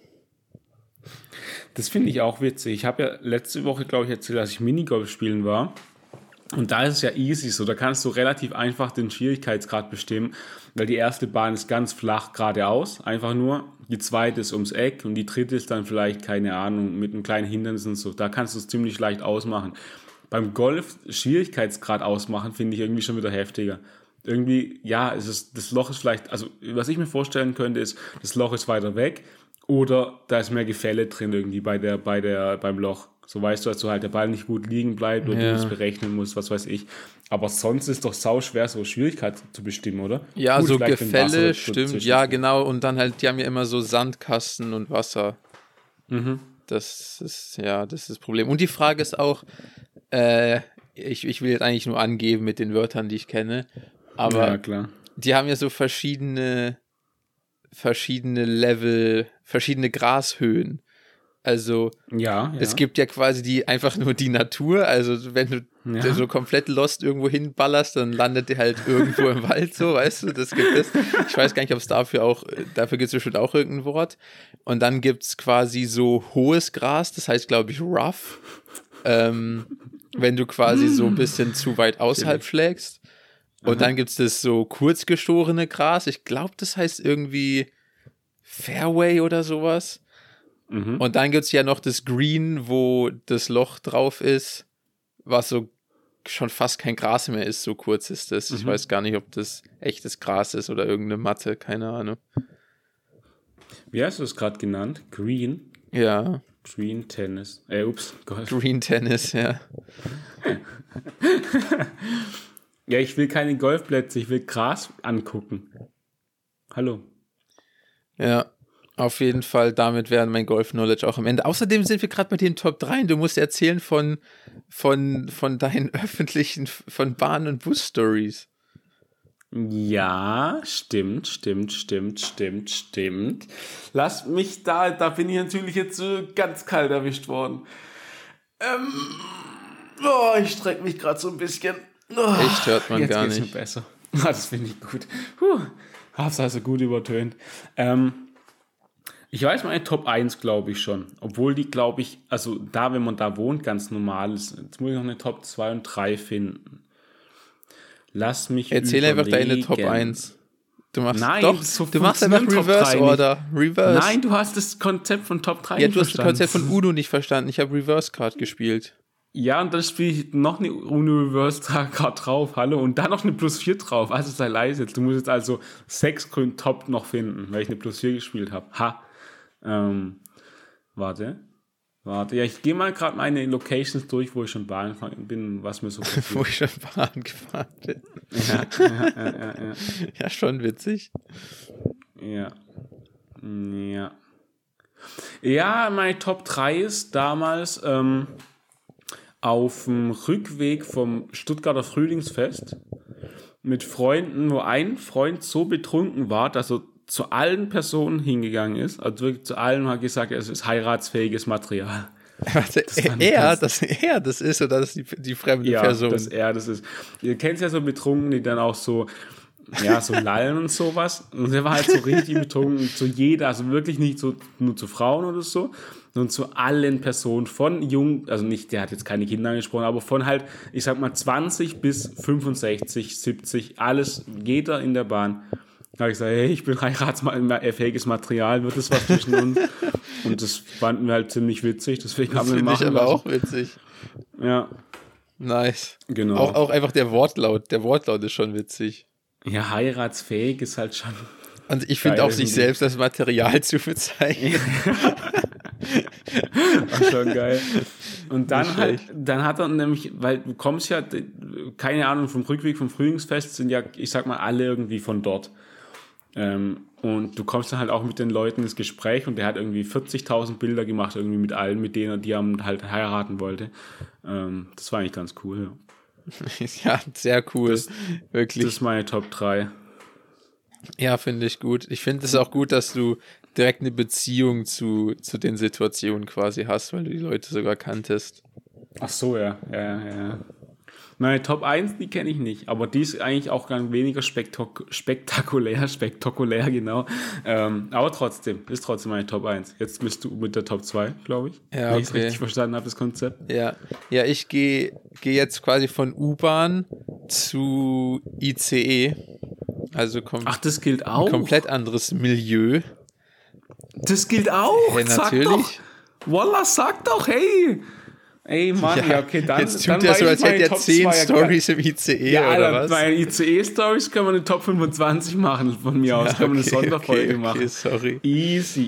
Das finde ich auch witzig. Ich habe ja letzte Woche, glaube ich, erzählt, dass ich Minigolf spielen war. Und da ist es ja easy so. Da kannst du relativ einfach den Schwierigkeitsgrad bestimmen, weil die erste Bahn ist ganz flach geradeaus, einfach nur. Die zweite ist ums Eck und die dritte ist dann vielleicht, keine Ahnung, mit einem kleinen Hindernis und so. Da kannst du es ziemlich leicht ausmachen. Beim Golf Schwierigkeitsgrad ausmachen, finde ich irgendwie schon wieder heftiger. Irgendwie, ja, das Loch ist vielleicht, also was ich mir vorstellen könnte, ist, das Loch ist weiter weg oder da ist mehr Gefälle drin irgendwie beim Loch. So weißt du, dass halt der Ball nicht gut liegen bleibt oder du es berechnen musst, was weiß ich. Aber sonst ist doch sau schwer, so Schwierigkeit zu bestimmen, oder? Ja, Gut, so vielleicht wenn Gefälle, Wasser stimmt, dazwischen ja, steht. genau. Und dann halt, die haben ja immer so Sandkasten und Wasser. Das ist das Problem. Und die Frage ist auch, ich will jetzt eigentlich nur angeben mit den Wörtern, die ich kenne, aber Ja, klar. die haben ja so verschiedene Level, verschiedene Grashöhen. Also Ja. es gibt ja quasi einfach nur die Natur, also wenn du so komplett lost irgendwo hinballerst, dann landet der halt irgendwo im Wald, so, weißt du, das gibt es. Ich weiß gar nicht, ob es dafür gibt es bestimmt auch irgendein Wort. Und dann gibt es quasi so hohes Gras, das heißt, glaube ich, rough. wenn du quasi so ein bisschen zu weit außerhalb schlägst. Und dann gibt es das so kurzgestorene Gras. Ich glaube, das heißt irgendwie Fairway oder sowas. Und dann gibt es ja noch das Green, wo das Loch drauf ist, was so schon fast kein Gras mehr ist, so kurz ist das. Ich weiß gar nicht, ob das echtes Gras ist oder irgendeine Matte, keine Ahnung. Wie hast du es gerade genannt? Green? Ja. Green Tennis. Golf. Green Tennis, ja. Ja, ich will keine Golfplätze, ich will Gras angucken. Hallo. Ja, auf jeden Fall, damit wäre mein Golf-Knowledge auch am Ende. Außerdem sind wir gerade mit den Top 3 und du musst erzählen von deinen öffentlichen, von Bahn- und Bus-Stories. Ja, stimmt. Lass mich da bin ich natürlich jetzt so ganz kalt erwischt worden. Ich strecke mich gerade so ein bisschen. Echt, hört man jetzt gar geht's nicht. Mir besser. Das finde ich gut. Hab's also gut übertönt. Ich weiß meine Top 1, glaube ich schon. Obwohl die, glaube ich, also da, wenn man da wohnt, ganz normal ist. Jetzt muss ich noch eine Top 2 und 3 finden. Lass mich Erzähl einfach deine Top 1. Du machst einfach Reverse Order. Reverse. Nein, du hast das Konzept von Top 3 nicht verstanden. Ja, du hast das Konzept von Uno nicht verstanden. Ich habe Reverse Card gespielt. Ja, und dann spiele ich noch eine Uno Reverse Card drauf, hallo, und dann noch eine Plus 4 drauf. Also sei leise jetzt. Du musst jetzt also 6 grün Top noch finden, weil ich eine Plus 4 gespielt habe. Warte. Ja, ich gehe mal gerade meine Locations durch, wo ich schon Bahn gefahren bin, was mir so passiert. Wo ich schon Bahn gefahren bin. Ja. Ja, schon witzig. Ja, meine Top 3 ist damals auf dem Rückweg vom Stuttgarter Frühlingsfest mit Freunden, wo ein Freund so betrunken war, dass er zu allen Personen hingegangen ist, also wirklich zu allen hat gesagt, es ist heiratsfähiges Material. Das ist oder das ist die fremde Person? Ja, das ist. Ihr kennt ja so Betrunkene, die dann auch so lallen und sowas. Und der war halt so richtig betrunken zu jeder, also wirklich nicht so nur zu Frauen oder so, sondern zu allen Personen von jung, also nicht, der hat jetzt keine Kinder angesprochen, aber von halt, ich sag mal 20 bis 65, 70, alles, jeder in der Bahn. Da habe ich gesagt, hey, ich bin heiratsfähiges Material, wird das was zwischen uns? Und das fanden wir halt ziemlich witzig, deswegen haben wir machen aber auch witzig. Ja. Nice. Genau. Auch einfach der Wortlaut ist schon witzig. Ja, heiratsfähig ist halt schon. Und ich finde auch sich selbst als Material zu bezeichnen. War schon geil. Und dann hat er nämlich, weil du kommst ja, keine Ahnung, vom Rückweg vom Frühlingsfest sind ja, ich sag mal, alle irgendwie von dort. Und du kommst dann halt auch mit den Leuten ins Gespräch und der hat irgendwie 40.000 Bilder gemacht, irgendwie mit allen, mit denen die halt heiraten wollte. Das war eigentlich ganz cool. Ja, sehr cool. Wirklich. Das ist meine Top 3. Ja, finde ich gut. Ich finde es auch gut, dass du direkt eine Beziehung zu den Situationen quasi hast, weil du die Leute sogar kanntest. Ach so, ja. Meine Top 1, die kenne ich nicht, aber die ist eigentlich auch ganz weniger spektakulär, genau. Aber trotzdem, ist trotzdem meine Top 1. Jetzt bist du mit der Top 2, glaube ich. Ja, wenn ich es richtig verstanden habe, das Konzept. Ja, ich gehe jetzt quasi von U-Bahn zu ICE. Also das gilt auch? Ein komplett anderes Milieu. Das gilt auch? Hey, natürlich. Sag doch. Wallah, sag doch, hey. Ey, Mann, ja okay, dann. Jetzt tut er so, als hätte er 10 Stories im ICE, oder was? Meine ICE-Stories können wir eine Top 25 machen, von mir aus. Können wir eine Sonderfolge machen. Sorry. Easy.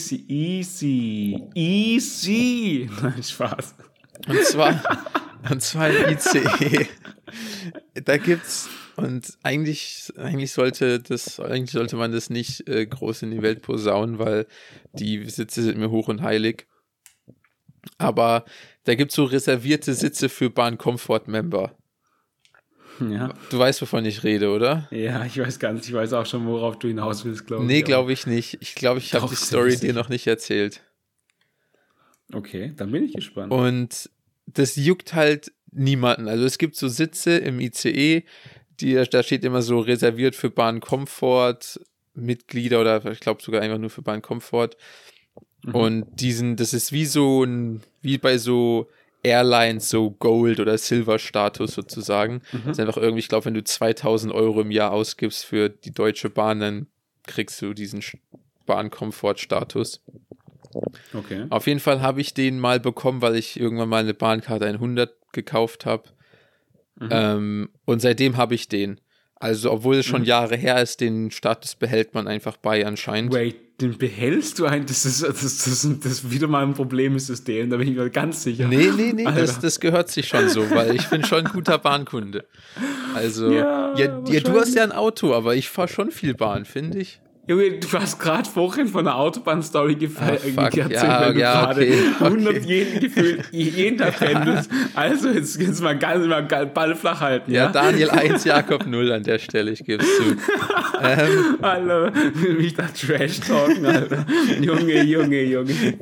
Nein, Spaß. Und zwar im ICE. Da gibt's, und eigentlich sollte man das nicht groß in die Welt posaunen, weil die Sitze sind mir hoch und heilig. Aber da gibt es so reservierte Sitze für Bahn-Comfort-Member. Ja. Du weißt, wovon ich rede, oder? Ja, ich weiß ganz, ich weiß auch schon, worauf du hinaus willst, glaube ich. Nee, glaube ich nicht. Ich glaube, ich habe die Story dir noch nicht erzählt. Okay, dann bin ich gespannt. Und das juckt halt niemanden. Also es gibt so Sitze im ICE, da steht immer so reserviert für Bahn-Comfort Mitglieder oder ich glaube sogar einfach nur für Bahn-Comfort. Und das ist wie bei so Airlines so Gold- oder Silver-Status sozusagen. Das ist einfach irgendwie, ich glaube, wenn du 2.000 Euro im Jahr ausgibst für die Deutsche Bahn, dann kriegst du diesen Bahnkomfort-Status. Okay. Auf jeden Fall habe ich den mal bekommen, weil ich irgendwann mal eine Bahnkarte 100 gekauft habe. Und seitdem habe ich den. Also, obwohl es schon Jahre her ist, den Status behält man einfach bei anscheinend. Wait, den behältst du ein? Das ist wieder mal ein Problem im System, da bin ich mir ganz sicher. Nee, Alter. das gehört sich schon so, weil ich bin schon ein guter Bahnkunde. Also, ja, du hast wahrscheinlich. ja ein Auto, aber ich fahre schon viel Bahn, finde ich. Junge, du hast gerade vorhin von einer Autobahn-Story erzählt, fuck, wenn ja, du gerade okay. 100 jeden Tag pendelst. Also, jetzt mal Ball flach halten, Ja, ja? Daniel 1, Jakob 0 an der Stelle, ich gebe es zu. Alter, mich da Trash-talken, Alter. Junge.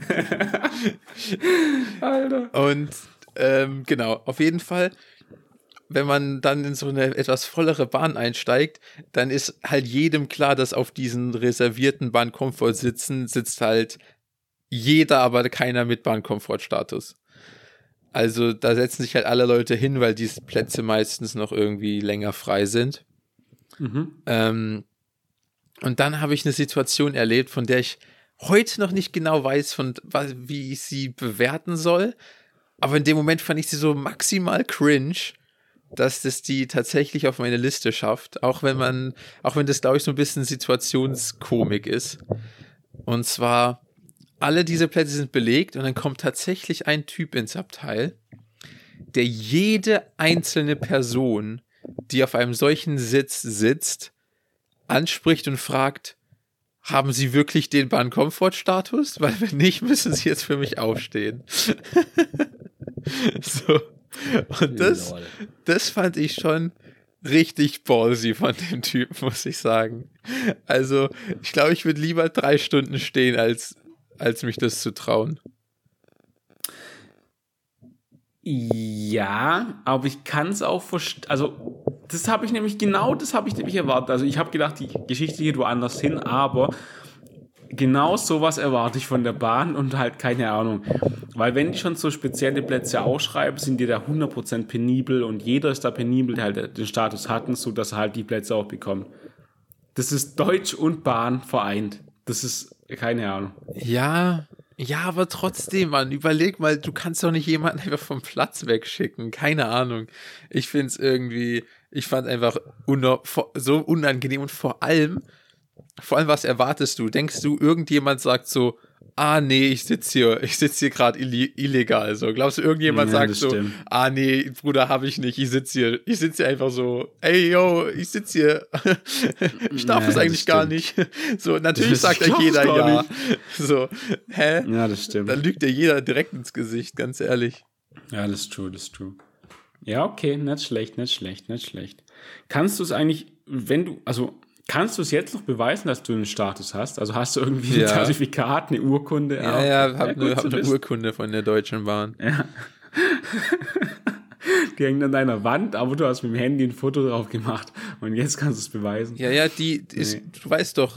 Alter. Und genau, auf jeden Fall, wenn man dann in so eine etwas vollere Bahn einsteigt, dann ist halt jedem klar, dass auf diesen reservierten Bahnkomfortsitzen sitzt halt jeder, aber keiner mit Bahnkomfortstatus. Also da setzen sich halt alle Leute hin, weil diese Plätze meistens noch irgendwie länger frei sind. Und dann habe ich eine Situation erlebt, von der ich heute noch nicht genau weiß, wie ich sie bewerten soll. Aber in dem Moment fand ich sie so maximal cringe, dass das die tatsächlich auf meine Liste schafft. Auch wenn das, glaube ich, so ein bisschen Situationskomik ist. Und zwar, alle diese Plätze sind belegt und dann kommt tatsächlich ein Typ ins Abteil, der jede einzelne Person, die auf einem solchen Sitz sitzt, anspricht und fragt, haben Sie wirklich den Bahnkomfortstatus? Weil wenn nicht, müssen Sie jetzt für mich aufstehen. So. Und das fand ich schon richtig ballsy von dem Typen, muss ich sagen. Also, ich glaube, ich würde lieber 3 Stunden stehen, als mich das zu trauen. Ja, aber ich kann es auch verstehen. Also, das habe ich nämlich erwartet. Also, ich habe gedacht, die Geschichte geht woanders hin, aber genau sowas erwarte ich von der Bahn und halt keine Ahnung. Weil wenn die schon so spezielle Plätze ausschreiben, sind die da 100% penibel und jeder ist da penibel, der halt den Status hatten, so dass er halt die Plätze auch bekommt. Das ist Deutsch und Bahn vereint. Das ist keine Ahnung. Ja, aber trotzdem, Mann, überleg mal, du kannst doch nicht jemanden einfach vom Platz wegschicken. Keine Ahnung. Ich fand einfach so unangenehm und vor allem, was erwartest du? Denkst du, irgendjemand sagt so, nee, ich sitze hier gerade illegal. So, glaubst du, irgendjemand sagt so, stimmt. Nee, Bruder, habe ich nicht, ich sitze hier einfach so, ey, yo, ich sitze hier. Ich darf es eigentlich gar nicht. So, natürlich sagt ja jeder ja. So, hä? Ja, das stimmt. Dann lügt ja jeder direkt ins Gesicht, ganz ehrlich. Ja, das ist true. Ja, okay, nicht schlecht. Kannst du es eigentlich, kannst du es jetzt noch beweisen, dass du einen Status hast? Also hast du irgendwie ein Zertifikat, eine Urkunde? Ja, hab eine Urkunde von der Deutschen Bahn. Ja. Die hängt an deiner Wand, aber du hast mit dem Handy ein Foto drauf gemacht und jetzt kannst du es beweisen. Ja, du weißt doch,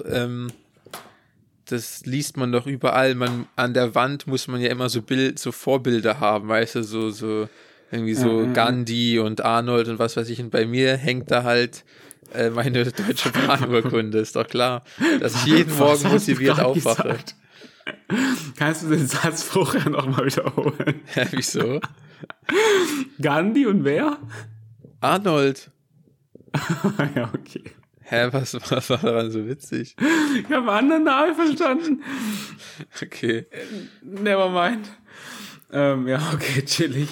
das liest man doch überall. An der Wand muss man ja immer so Vorbilder haben, weißt du, so irgendwie so Gandhi und Arnold und was weiß ich. Und bei mir hängt da halt meine Deutsche Bahnurkunde, ist doch klar, dass ich jeden Morgen motiviert aufwache. Gesagt? Kannst du den Satz vorher nochmal wiederholen? Ja, wieso? Gandhi und wer? Arnold. Ja, okay. Hä, was war daran so witzig? Ich habe einen anderen Namen verstanden. Okay. Nevermind. Ja, okay, chillig.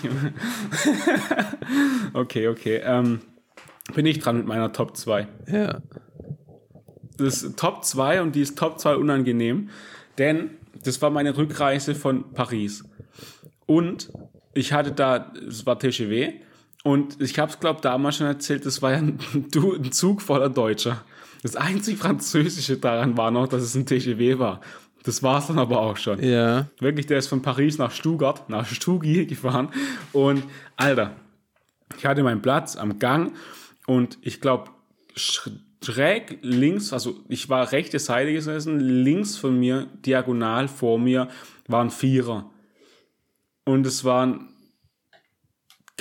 Okay. Bin ich dran mit meiner Top 2. Ja. Das ist Top 2 und die ist Top 2 unangenehm, denn das war meine Rückreise von Paris. Und ich hatte es war TGV und ich habe es, glaube ich, damals schon erzählt, das war ja ein Zug voller Deutscher. Das einzig Französische daran war noch, dass es ein TGV war. Das war es dann aber auch schon. Ja. Wirklich, der ist von Paris nach Stuggi gefahren und, Alter, ich hatte meinen Platz am Gang und ich glaube, schräg links, also ich war rechte Seite gesessen, links von mir, diagonal vor mir, waren Vierer. Und es waren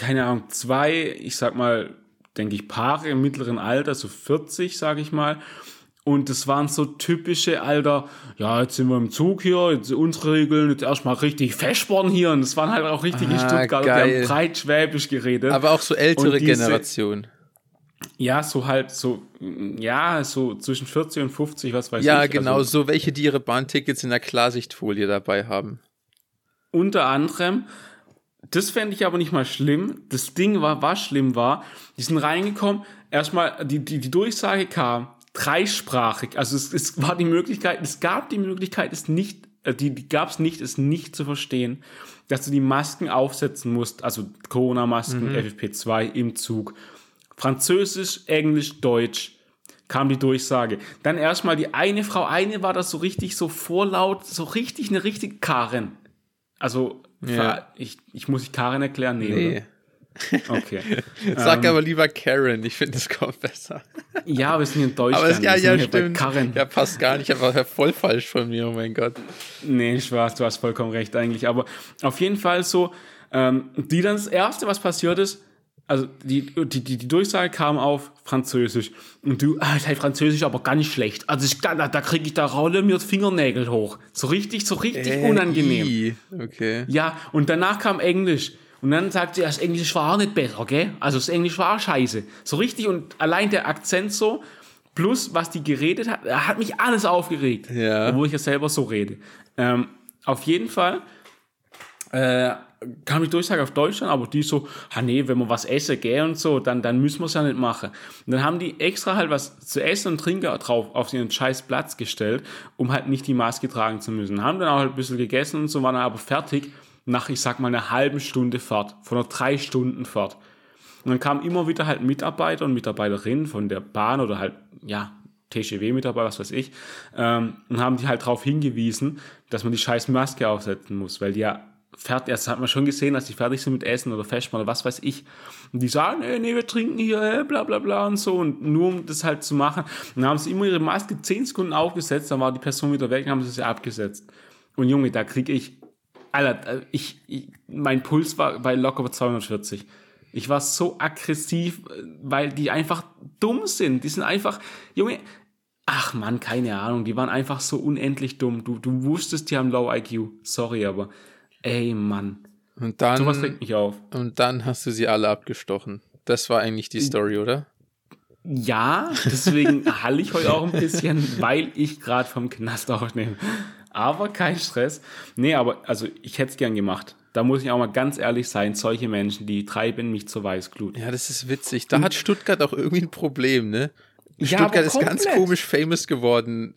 keine Ahnung, 2, ich sag mal, denke ich, Paare im mittleren Alter, so 40, sage ich mal. Und das waren so typische, Alter, ja, jetzt sind wir im Zug hier, jetzt unsere Regeln, jetzt erstmal richtig Feschborn hier. Und das waren halt auch richtige Stuttgarter, die haben breit Schwäbisch geredet. Aber auch so ältere Generation. Ja, so halt, so zwischen 40 und 50, was weiß ich. Ja, genau, also, so welche, die ihre Bahntickets in der Klarsichtfolie dabei haben. Unter anderem, das fände ich aber nicht mal schlimm. Das Ding was schlimm war, die sind reingekommen, erstmal, die Durchsage kam, dreisprachig, also es gab die Möglichkeit, es nicht, es nicht zu verstehen, dass du die Masken aufsetzen musst, also Corona-Masken, FFP2 im Zug. Französisch, Englisch, Deutsch kam die Durchsage. Dann erstmal die eine Frau, war das so richtig so vorlaut, so richtig eine richtige Karen. Also, ich muss dich Karen erklären? Nee. Oder? Okay. Sag aber lieber Karen, ich finde, es kommt besser. Ja, aber wir sind hier in Deutschland. Aber stimmt. Karen. Ja, passt gar nicht, aber voll falsch von mir, oh mein Gott. Nee, Spaß, du hast vollkommen recht eigentlich. Aber auf jeden Fall so, die dann das Erste, was passiert ist, also die Durchsage kam auf Französisch. Und du, das heißt Französisch aber ganz schlecht. Also da kriege ich, da rollen mir Fingernägel hoch. So richtig unangenehm. Okay. Ja, und danach kam Englisch. Und dann sagt sie, das Englisch war auch nicht besser, gell? Also das Englisch war scheiße. So richtig, und allein der Akzent so, plus was die geredet hat mich alles aufgeregt. Ja. Obwohl ich ja selber so rede. Auf jeden Fall kam die Durchsage auf Deutschland, aber die so, nee, wenn wir was essen, gell, und so, dann müssen wir es ja nicht machen. Und dann haben die extra halt was zu essen und trinken drauf auf den scheiß Platz gestellt, um halt nicht die Maske tragen zu müssen. Haben dann auch halt ein bisschen gegessen und so, waren dann aber fertig. Nach, ich sag mal, einer halben Stunde Fahrt, von einer 3 Stunden Fahrt. Und dann kamen immer wieder halt Mitarbeiter und Mitarbeiterinnen von der Bahn oder halt, ja, TGW-Mitarbeiter, was weiß ich, und haben die halt darauf hingewiesen, dass man die scheiß Maske aufsetzen muss, weil die ja fertig, erst hat man schon gesehen, dass die fertig sind mit Essen oder Festmahl oder was weiß ich. Und die sagen, nee, wir trinken hier, bla bla bla und so. Und nur um das halt zu machen, dann haben sie immer ihre Maske 10 Sekunden aufgesetzt, dann war die Person wieder weg und haben sie abgesetzt. Und Junge, da kriege ich, Alter, mein Puls war bei locker 240. Ich war so aggressiv, weil die einfach dumm sind. Die sind einfach, Junge, ach Mann, keine Ahnung, die waren einfach so unendlich dumm. Du wusstest, die haben Low IQ. Sorry, aber ey, Mann. Und dann, sowas regt mich auf. Und dann hast du sie alle abgestochen. Das war eigentlich die Story, oder? Ja, deswegen halle ich heute auch ein bisschen, weil ich gerade vom Knast aufnehme. Aber kein Stress. Nee, aber also ich hätte es gern gemacht. Da muss ich auch mal ganz ehrlich sein, solche Menschen, die treiben mich zur Weißglut. Ja, das ist witzig. Da hat Stuttgart auch irgendwie ein Problem, ne? Stuttgart ist ganz komisch famous geworden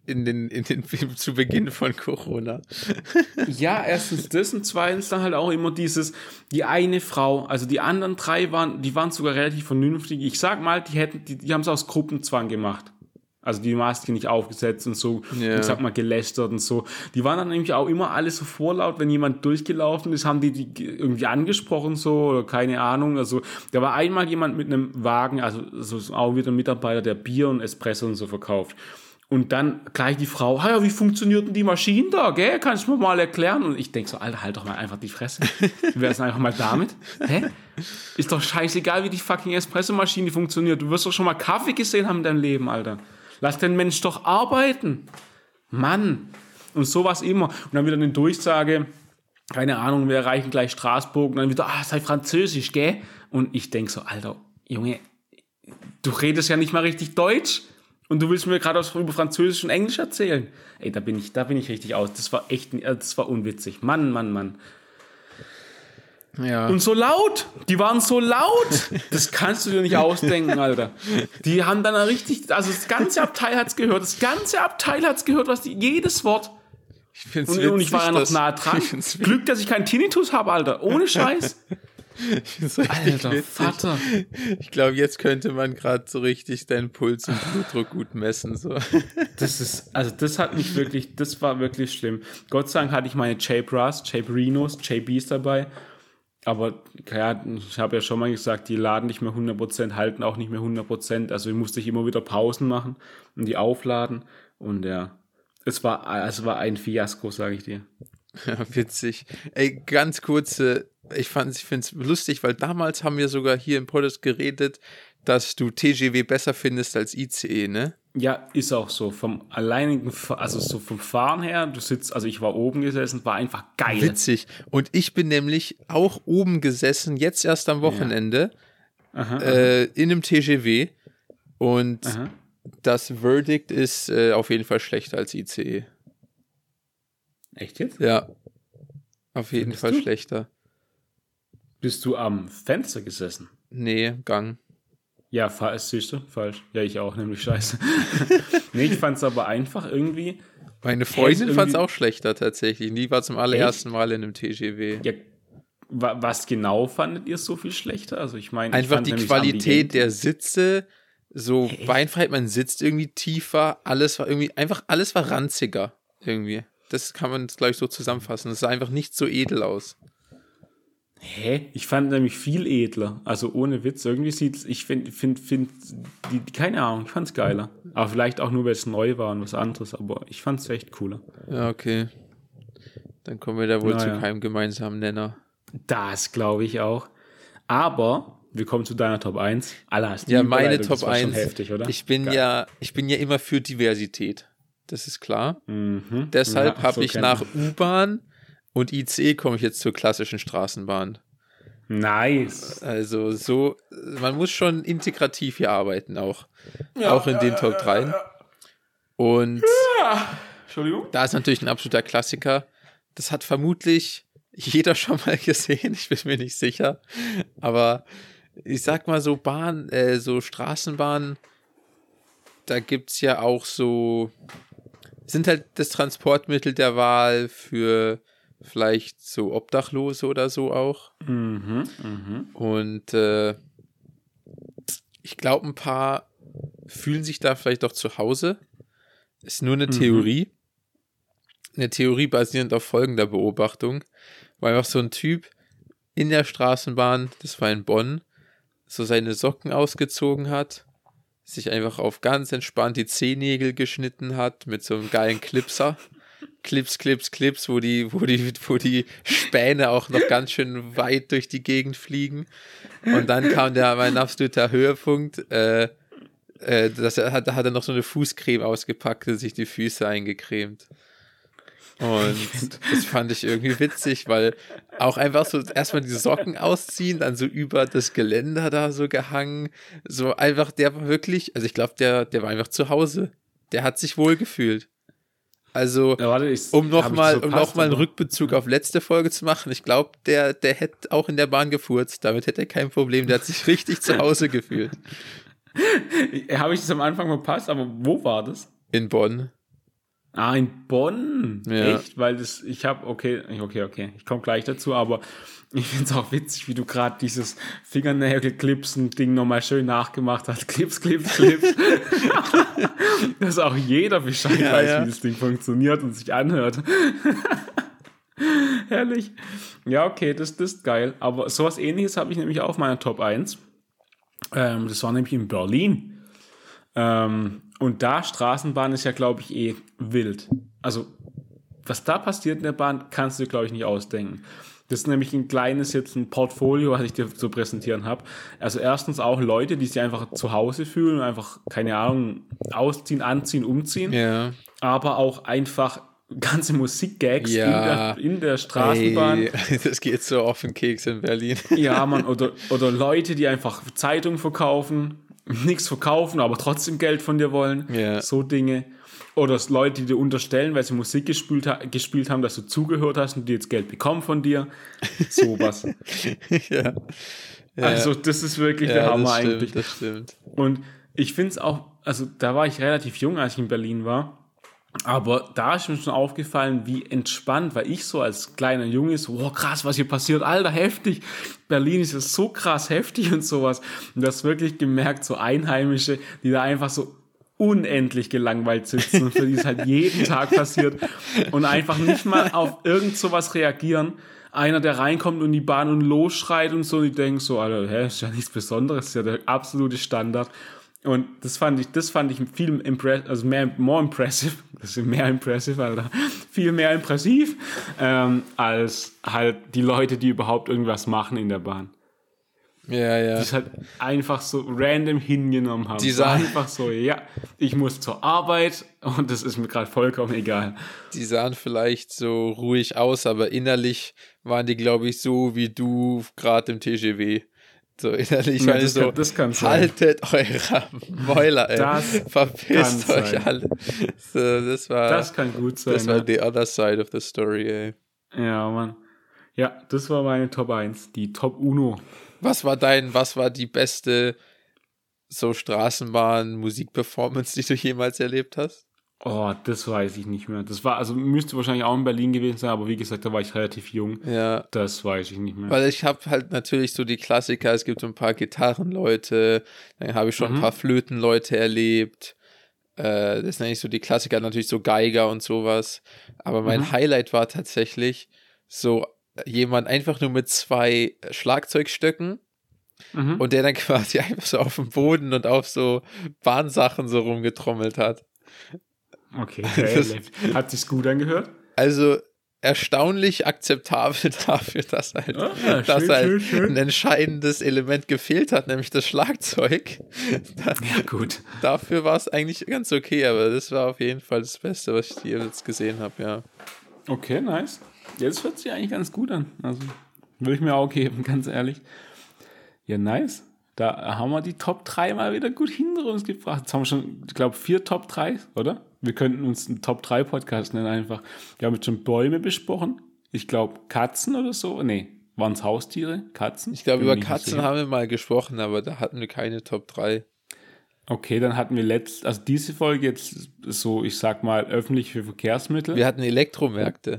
zu Beginn von Corona. Ja, erstens das und zweitens dann halt auch immer die eine Frau, also die anderen 3 waren sogar relativ vernünftig. Ich sag mal, die haben es aus Gruppenzwang gemacht. Also die Maske nicht aufgesetzt und so, ja. Ich sag mal, gelästert und so. Die waren dann nämlich auch immer alle so vorlaut, wenn jemand durchgelaufen ist, haben die irgendwie angesprochen so, oder keine Ahnung. Also da war einmal jemand mit einem Wagen, also so auch wieder ein Mitarbeiter, der Bier und Espresso und so verkauft. Und dann gleich die Frau, ja, wie funktioniert denn die Maschine da, gell? Kannst du mir mal erklären? Und ich denk so, Alter, halt doch mal einfach die Fresse. Wie wär's denn einfach mal damit? Hä? Ist doch scheißegal, wie die fucking Espresso-Maschine funktioniert. Du wirst doch schon mal Kaffee gesehen haben in deinem Leben, Alter. Lass den Mensch doch arbeiten. Mann. Und sowas immer. Und dann wieder eine Durchsage, keine Ahnung, wir erreichen gleich Straßburg. Und dann wieder, sei Französisch, gell? Und ich denk so, Alter, Junge, du redest ja nicht mal richtig Deutsch. Und du willst mir gerade was über Französisch und Englisch erzählen. Ey, da bin ich richtig aus. Das war unwitzig. Mann. Ja. Und so laut. Die waren so laut. Das kannst du dir nicht ausdenken, Alter. Die haben dann richtig, also das ganze Abteil hat's gehört. Was jedes Wort. Und ich war ja noch nah dran. Glück, dass ich keinen Tinnitus habe, Alter. Ohne Scheiß. Alter, witzig. Vater. Ich glaube, jetzt könnte man gerade so richtig deinen Puls und Blutdruck gut messen. So. Das war wirklich schlimm. Gott sei Dank hatte ich meine J-Rinos, JBs dabei. Aber ja, ich habe ja schon mal gesagt, die laden nicht mehr 100%, halten auch nicht mehr 100%. Also musste ich immer wieder Pausen machen und die aufladen. Und ja, es war ein Fiasko, sage ich dir. Ja, witzig. Ey, ganz kurze, ich finde es lustig, weil damals haben wir sogar hier im Podcast geredet, dass du TGW besser findest als ICE, ne? Ja, ist auch so. Vom alleinigen, also so vom Fahren her, du sitzt, also ich war oben gesessen, war einfach geil. Witzig. Und ich bin nämlich auch oben gesessen, jetzt erst am Wochenende, in einem TGW. Und das Verdict ist auf jeden Fall schlechter als ICE. Echt jetzt? Ja, auf jeden Fall schlechter. Bist du am Fenster gesessen? Nee, Gang. Ja, siehst du, falsch. Ja, ich auch, nämlich scheiße. Nee, ich fand's aber einfach irgendwie. Meine Freundin fand es auch schlechter tatsächlich. Die war zum allerersten Mal in einem TGW. Ja, was genau fandet ihr so viel schlechter? Also ich meine, einfach die Qualität der Sitze, so Beinfreiheit, man sitzt irgendwie tiefer, alles war ranziger irgendwie. Das kann man, glaube ich, so zusammenfassen. Es sah einfach nicht so edel aus. Ich fand nämlich viel edler. Also ohne Witz. Irgendwie ich finde, keine Ahnung, ich fand's geiler. Aber vielleicht auch nur, weil es neu war und was anderes. Aber ich fand's echt cooler. Ja, okay. Dann kommen wir da wohl zu keinem gemeinsamen Nenner. Das glaube ich auch. Aber wir kommen zu deiner Top 1. Alle hast ja, meine Top 1. Schon heftig, oder? Ich bin ja immer für Diversität. Das ist klar. Deshalb habe ich nach U-Bahn und ICE komme ich jetzt zur klassischen Straßenbahn. Nice. Also so, man muss schon integrativ hier arbeiten auch. Ja, auch in den Top 3. Und Entschuldigung. Da ist natürlich ein absoluter Klassiker. Das hat vermutlich jeder schon mal gesehen, ich bin mir nicht sicher. Aber ich sag mal so so Straßenbahnen, da gibt's ja auch so, sind halt das Transportmittel der Wahl für vielleicht so Obdachlose oder so auch. Und ich glaube, ein paar fühlen sich da vielleicht auch zu Hause. Ist nur eine Theorie. Eine Theorie basierend auf folgender Beobachtung. Wo einfach so ein Typ in der Straßenbahn, das war in Bonn, so seine Socken ausgezogen hat, sich einfach auf ganz entspannt die Zehennägel geschnitten hat mit so einem geilen Clipser. Clips, wo die Späne auch noch ganz schön weit durch die Gegend fliegen. Und dann kam mein absoluter Höhepunkt, da hat er noch so eine Fußcreme ausgepackt und sich die Füße eingecremt. Und das fand ich irgendwie witzig, weil auch einfach so erstmal die Socken ausziehen, dann so über das Geländer da so gehangen. So einfach, der war wirklich, also ich glaube, der war einfach zu Hause. Der hat sich wohl gefühlt. Also, ja, warte, um nochmal einen Rückbezug auf letzte Folge zu machen, ich glaube, der hätte auch in der Bahn gefurzt. Damit hätte er kein Problem. Der hat sich richtig zu Hause gefühlt. Habe ich das am Anfang verpasst, aber wo war das? In Bonn. Ah, in Bonn? Ja. Echt? Weil okay, ich komme gleich dazu, aber ich finde es auch witzig, wie du gerade dieses Fingernägel-Clipsen-Ding nochmal schön nachgemacht hast. Clips. Dass auch jeder Bescheid weiß, wie das Ding funktioniert und sich anhört. Herrlich. Ja, okay, das ist geil. Aber sowas Ähnliches habe ich nämlich auch auf meiner Top 1. Das war nämlich in Berlin. Und da Straßenbahn ist ja, glaube ich, wild. Also, was da passiert in der Bahn, kannst du dir, glaube ich, nicht ausdenken. Das ist nämlich ein Portfolio, was ich dir zu präsentieren habe. Also erstens auch Leute, die sich einfach zu Hause fühlen, einfach, keine Ahnung, ausziehen, anziehen, umziehen. Ja. Aber auch einfach ganze Musikgags in der Straßenbahn. Ey, das geht so auf den Keks in Berlin. Ja, Mann, oder Leute, die einfach Zeitung verkaufen, nichts verkaufen, aber trotzdem Geld von dir wollen. Ja. So Dinge. Oder Leute, die dir unterstellen, weil sie Musik gespielt haben, dass du zugehört hast und die jetzt Geld bekommen von dir. Sowas. Ja. Also das ist wirklich der Hammer eigentlich. Das stimmt. Und ich finde es auch, also da war ich relativ jung, als ich in Berlin war. Aber da ist mir schon aufgefallen, wie entspannt, weil ich so als kleiner Junge so, oh krass, was hier passiert, Alter, heftig. Berlin ist ja so krass heftig und sowas. Und das wirklich gemerkt, so Einheimische, die da einfach so unendlich gelangweilt sitzen und für die es halt jeden Tag passiert und einfach nicht mal auf irgend sowas reagieren. Einer, der reinkommt und die Bahn und losschreit und so, und die denken so, Alter, ist ja nichts Besonderes, ist ja der absolute Standard. Und das fand ich viel also more impressive, das ist mehr impressive, Alter, viel mehr impressiv, als halt die Leute, die überhaupt irgendwas machen in der Bahn. Ja, ja. Die es halt einfach so random hingenommen haben. Die einfach so, ja, ich muss zur Arbeit und das ist mir gerade vollkommen egal. Die sahen vielleicht so ruhig aus, aber innerlich waren die, glaube ich, so wie du gerade im TGW. So innerlich waren die so, haltet eure Mäuler, ey. Verpisst euch alle. So, das kann gut sein. Das war the other side of the story, ey. Ja, Mann. Ja, das war meine Top 1, die Top Uno. Was war die beste so Straßenbahn-Musik-Performance, die du jemals erlebt hast? Oh, das weiß ich nicht mehr. Das war, also müsste wahrscheinlich auch in Berlin gewesen sein, aber wie gesagt, da war ich relativ jung. Ja. Das weiß ich nicht mehr. Weil ich habe halt natürlich so die Klassiker, es gibt so ein paar Gitarrenleute, dann habe ich schon ein paar Flötenleute erlebt. Das sind eigentlich so die Klassiker, natürlich so Geiger und sowas. Aber mein Highlight war tatsächlich so jemand einfach nur mit 2 Schlagzeugstöcken und der dann quasi einfach so auf dem Boden und auf so Bahnsachen so rumgetrommelt hat. Okay, hat sich's gut angehört? Also erstaunlich akzeptabel dafür, dass halt, schön. Ein entscheidendes Element gefehlt hat, nämlich das Schlagzeug. Ja, gut. Dafür war es eigentlich ganz okay, aber das war auf jeden Fall das Beste, was ich hier jetzt gesehen habe, ja. Okay, nice. Jetzt hört sich eigentlich ganz gut an. Also würde ich mir auch geben, ganz ehrlich. Ja, nice. Da haben wir die Top 3 mal wieder gut hinter uns gebracht. Jetzt haben wir schon, ich glaube, 4 Top 3, oder? Wir könnten uns einen Top 3 Podcast nennen einfach. Wir haben jetzt schon Bäume besprochen. Ich glaube, Katzen oder so. Nee, waren es Haustiere? Katzen? Ich glaube, über Katzen haben wir mal gesprochen, aber da hatten wir keine Top 3. Okay, dann hatten wir also diese Folge jetzt so, ich sag mal, öffentliche Verkehrsmittel. Wir hatten Elektromärkte.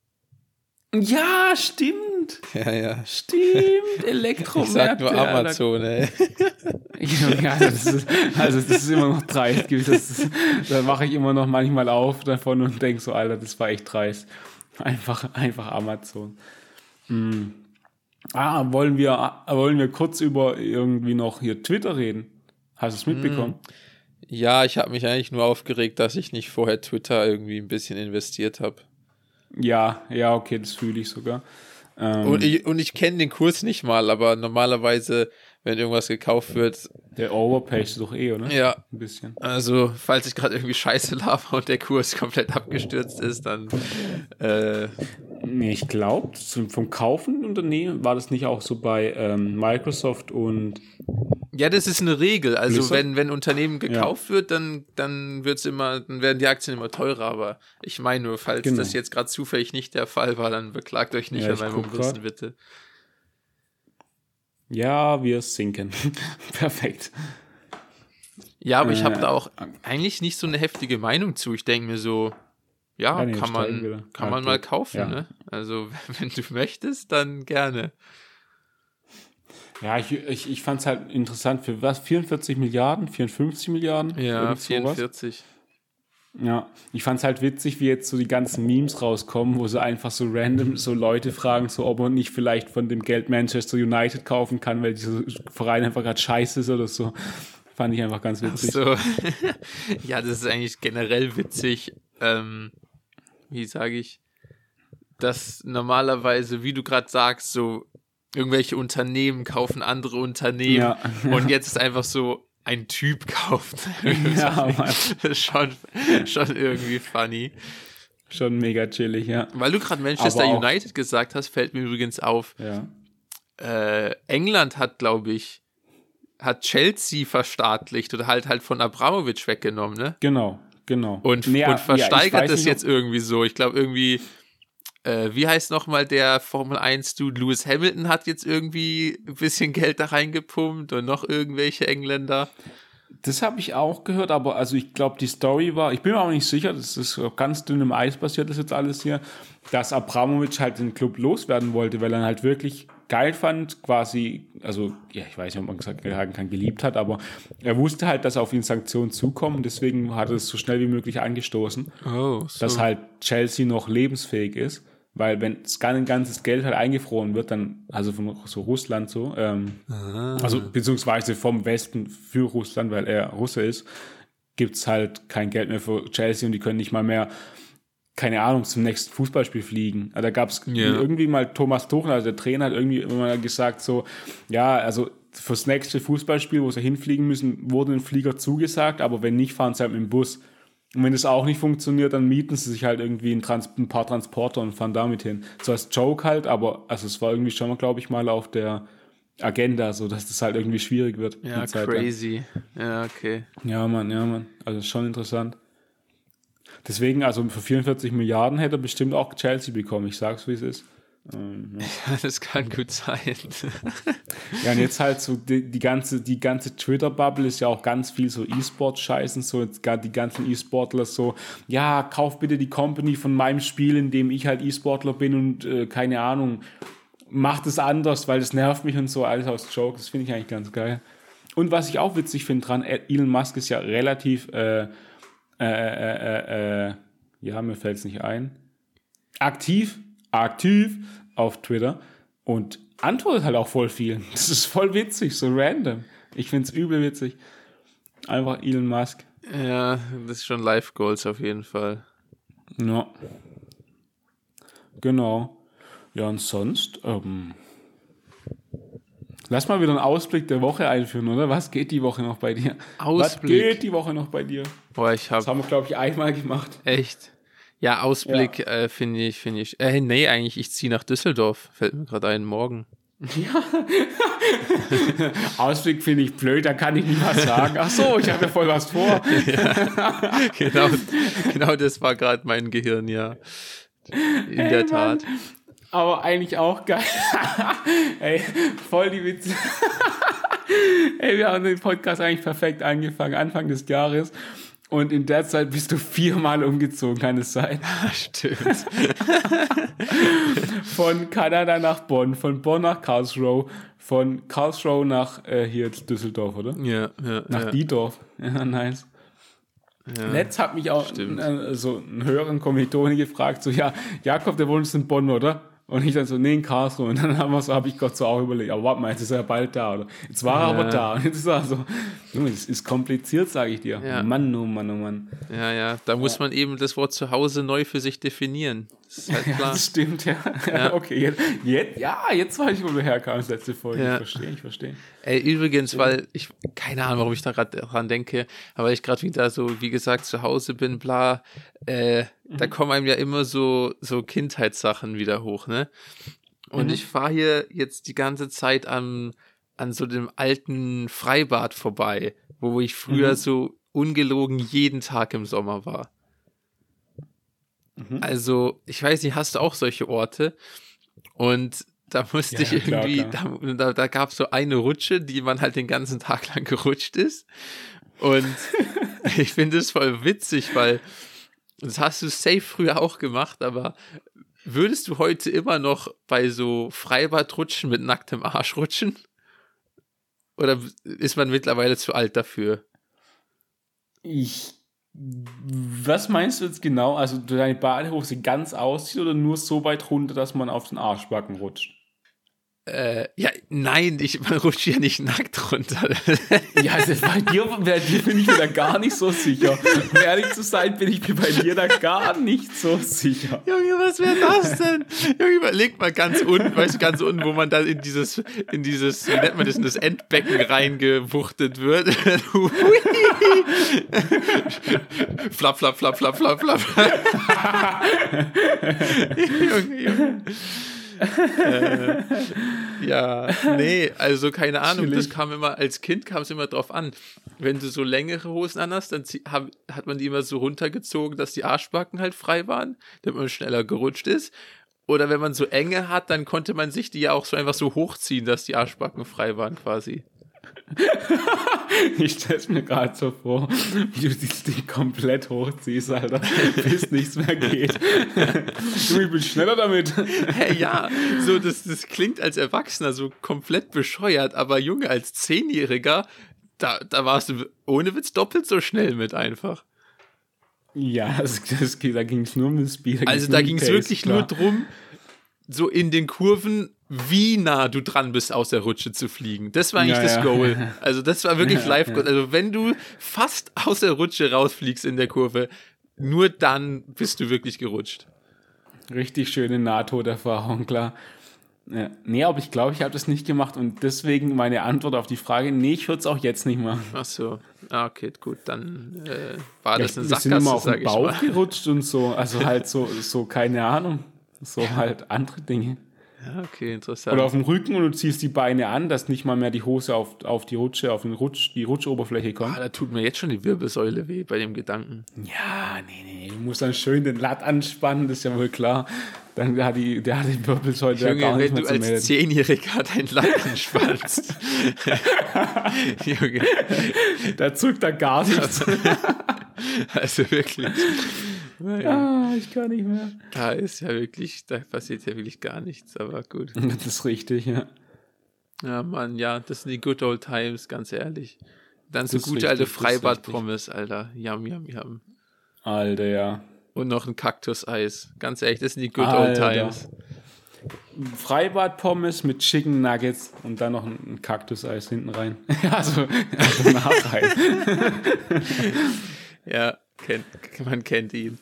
Ja, stimmt. Ja. Stimmt, Elektromärkte. Ich sag nur Amazon, ey. Ja, das ist immer noch dreist. Da mache ich immer noch manchmal auf davon und denke so, Alter, das war echt dreist. Einfach Amazon. Wollen wir kurz über irgendwie noch hier Twitter reden? Hast du es mitbekommen? Ja, ich habe mich eigentlich nur aufgeregt, dass ich nicht vorher Twitter irgendwie ein bisschen investiert habe. Ja, okay, das fühle ich sogar. Und ich kenne den Kurs nicht mal, aber normalerweise, wenn irgendwas gekauft wird... Der overpaced doch oder? Ja. Ein bisschen. Also, falls ich gerade irgendwie Scheiße laber und der Kurs komplett abgestürzt ist, dann... Nee, ich glaube, vom kaufenden Unternehmen war das nicht auch so bei Microsoft und... Ja, das ist eine Regel. Also wenn ein Unternehmen gekauft wird, dann werden die Aktien immer teurer. Aber ich meine nur, falls das jetzt gerade zufällig nicht der Fall war, dann beklagt euch nicht an meinem Unwissen, bitte. Ja, wir sinken. Perfekt. Ja, aber ich habe da auch eigentlich nicht so eine heftige Meinung zu. Ich denke mir so, kann man mal kaufen, ne? Also wenn du möchtest, dann gerne. Ja, ich fand es halt interessant, für was? 44 Milliarden? 54 Milliarden? Ja, 44. Ja, ich fand es halt witzig, wie jetzt so die ganzen Memes rauskommen, wo sie einfach so random so Leute fragen, so ob man nicht vielleicht von dem Geld Manchester United kaufen kann, weil dieser Verein einfach gerade scheiße ist oder so. Fand ich einfach ganz witzig. Ach so. Ja, das ist eigentlich generell witzig. Wie sage ich? Dass normalerweise, wie du gerade sagst, so irgendwelche Unternehmen kaufen andere Unternehmen. Ja. Und jetzt ist einfach so, ein Typ kauft. Ja, das ist schon irgendwie funny. Schon mega chillig, ja. Weil du gerade Manchester United gesagt hast, fällt mir übrigens auf. Ja. England hat, glaube ich, Chelsea verstaatlicht oder halt von Abramovich weggenommen, ne? Genau. Und versteigert das jetzt irgendwie so. Ich glaube irgendwie, wie heißt nochmal der Formel 1-Dude? Lewis Hamilton hat jetzt irgendwie ein bisschen Geld da reingepumpt und noch irgendwelche Engländer. Das habe ich auch gehört, aber also ich glaube, die Story war, ich bin mir auch nicht sicher, das ist auf ganz dünnem Eis passiert, das jetzt alles hier, dass Abramovich halt den Club loswerden wollte, weil er halt wirklich geil fand, quasi, also, ja, ich weiß nicht, ob man sagen kann, geliebt hat, aber er wusste halt, dass auf ihn Sanktionen zukommen, deswegen hat er es so schnell wie möglich angestoßen, dass halt Chelsea noch lebensfähig ist, Weil wenn das ganzes Geld halt eingefroren wird, dann, also von so Russland so, also beziehungsweise vom Westen für Russland, weil er Russe ist, gibt's halt kein Geld mehr für Chelsea und die können nicht mal mehr, keine Ahnung, zum nächsten Fußballspiel fliegen. Also da gab's irgendwie mal Thomas Tuchel, also der Trainer, hat irgendwie immer mal gesagt so, ja, also fürs nächste Fußballspiel, wo sie hinfliegen müssen, wurde ein Flieger zugesagt, aber wenn nicht, fahren sie halt mit dem Bus. Und wenn das auch nicht funktioniert, dann mieten sie sich halt irgendwie ein paar Transporter und fahren damit hin. So als Joke halt, aber also es war irgendwie schon mal, glaube ich, mal auf der Agenda, so dass das halt irgendwie schwierig wird. Ja, crazy. Ja, okay. Ja, Mann. Also ist schon interessant. Deswegen, also für 44 Milliarden hätte er bestimmt auch Chelsea bekommen. Ich sag's, wie es ist. Ja, das kann gut sein. Ja, und jetzt halt so die ganze Twitter-Bubble ist ja auch ganz viel so E-Sport-Scheißen, so jetzt die ganzen E-Sportler so, ja, kauf bitte die Company von meinem Spiel, in dem ich halt E-Sportler bin und keine Ahnung, macht es anders, weil das nervt mich und so, alles aus Joke, das finde ich eigentlich ganz geil. Und was ich auch witzig finde dran, Elon Musk ist ja relativ, ja, mir fällt's nicht ein, aktiv auf Twitter und antwortet halt auch voll viel. Das ist voll witzig, so random. Ich find's übel witzig. Einfach Elon Musk. Ja, das ist schon Life Goals auf jeden Fall. Ja. Genau. Ja, und sonst, lass mal wieder einen Ausblick der Woche einführen, oder? Was geht die Woche noch bei dir? Was geht die Woche noch bei dir? Boah, das haben wir, glaube ich, einmal gemacht. Echt? Ja, Ausblick finde ich. Nee, eigentlich, ich ziehe nach Düsseldorf. Fällt mir gerade ein, morgen. Ja. Ausblick finde ich blöd, da kann ich nicht was sagen. Ach so, ich habe ja voll was vor. Ja, genau das war gerade mein Gehirn, ja. In der Tat. Mann. Aber eigentlich auch geil. Ey, voll die Witze. Ey, wir haben den Podcast eigentlich perfekt angefangen, Anfang des Jahres. Und in der Zeit bist du 4-mal umgezogen, kann es sein? Stimmt. Von Kanada nach Bonn, von Bonn nach Karlsruhe, von Karlsruhe nach hier jetzt Düsseldorf, oder? Ja. Nach Diedorf. Ja, nice. Ja, letzt hat mich auch so ein höheren Kommilitone gefragt, so, ja, Jakob, der wohnt in Bonn, oder? Und ich dann so, nee, in Karlsruhe. Und dann habe ich Gott so auch überlegt, aber warte mal, jetzt ist er bald da, oder? Jetzt war er aber da. Und jetzt ist er so, das ist kompliziert, sage ich dir. Ja. Mann, oh Mann. Ja, da muss man eben das Wort Zuhause neu für sich definieren. Das ist halt klar. Ja, das stimmt, ja. Okay, jetzt weiß ich, wo du herkamst, letzte Folge. Ja. Ich verstehe. Ey, übrigens, weil ich, keine Ahnung, warum ich da gerade dran denke, aber ich gerade wieder so, wie gesagt, zu Hause bin, bla, da kommen einem ja immer so Kindheitssachen wieder hoch, ne? Und ich fahre hier jetzt die ganze Zeit an so dem alten Freibad vorbei, wo ich früher so ungelogen jeden Tag im Sommer war. Also, ich weiß nicht, hast du auch solche Orte? Und da musste ich irgendwie, klar. Da gab es so eine Rutsche, die man halt den ganzen Tag lang gerutscht ist. Und ich finde es voll witzig, weil das hast du safe früher auch gemacht, aber würdest du heute immer noch bei so Freibadrutschen mit nacktem Arsch rutschen? Oder ist man mittlerweile zu alt dafür? Was meinst du jetzt genau? Also deine Badehose ganz auszieht oder nur so weit runter, dass man auf den Arschbacken rutscht? Ja, nein, man rutscht ja nicht nackt runter. Ja, also bei dir bin ich mir da gar nicht so sicher. Um ehrlich zu sein, bin ich mir bei dir da gar nicht so sicher. Junge, was wäre das denn? Junge, überleg mal ganz unten, wo man dann in dieses, wie nennt man das, in das Endbecken reingewuchtet wird. Flap, flap, flap, flap, flap, flap. Junge. Ja, nee, also keine Ahnung, das kam immer, als Kind kam es immer drauf an. Wenn du so längere Hosen anhast, dann hat man die immer so runtergezogen, dass die Arschbacken halt frei waren, damit man schneller gerutscht ist. Oder wenn man so enge hat, dann konnte man sich die ja auch so einfach so hochziehen, dass die Arschbacken frei waren quasi. Ich stell's mir gerade so vor, wie du das Ding komplett hochziehst, Alter, bis nichts mehr geht. Du, ich bin schneller damit. Hey, ja, so das klingt als Erwachsener so komplett bescheuert, aber Junge, als 10-Jähriger, da warst du ohne Witz doppelt so schnell mit einfach. Ja, da ging es nur um das Speed. Also da ging es wirklich nur drum, so in den Kurven, wie nah du dran bist, aus der Rutsche zu fliegen. Das war eigentlich das Goal. Also das war wirklich Live-Goal. Also wenn du fast aus der Rutsche rausfliegst in der Kurve, nur dann bist du wirklich gerutscht. Richtig schöne Nahtoderfahrung, klar. Ja. Nee, aber ich glaube, ich habe das nicht gemacht und deswegen meine Antwort auf die Frage, nee, ich würde es auch jetzt nicht machen. Ach so, okay, gut, dann war das eine Wir sind Sackgasse, immer auf sag den ich Bauch mal. gerutscht und so, also halt so keine Ahnung, so halt andere Dinge. Ja, okay, interessant. Oder auf dem Rücken und du ziehst die Beine an, dass nicht mal mehr die Hose auf die Rutsche, die Rutschoberfläche kommt. Da tut mir jetzt schon die Wirbelsäule weh bei dem Gedanken. Ja, nee, du musst dann schön den Latt anspannen, das ist ja wohl klar. Dann hat die Wirbelsäule Junge, gar nicht wenn mehr du zu melden. als 10-Jähriger dein Latt anspannst. Junge. Da zuckt er gar nichts. Also wirklich. Naja. Ich kann nicht mehr. Da passiert ja wirklich gar nichts, aber gut. Das ist richtig, ja. Ja, Mann, ja, das sind die good old times, ganz ehrlich. Dann so Das ist gute alte richtig, das ist Freibad-Pommes, Alter. Yum, yum, yum. Alter, ja. Und noch ein Kaktuseis. Ganz ehrlich, das sind die good old times. Freibad-Pommes mit Chicken Nuggets und dann noch ein Kaktuseis hinten rein. also nachrein. Ja, man kennt ihn.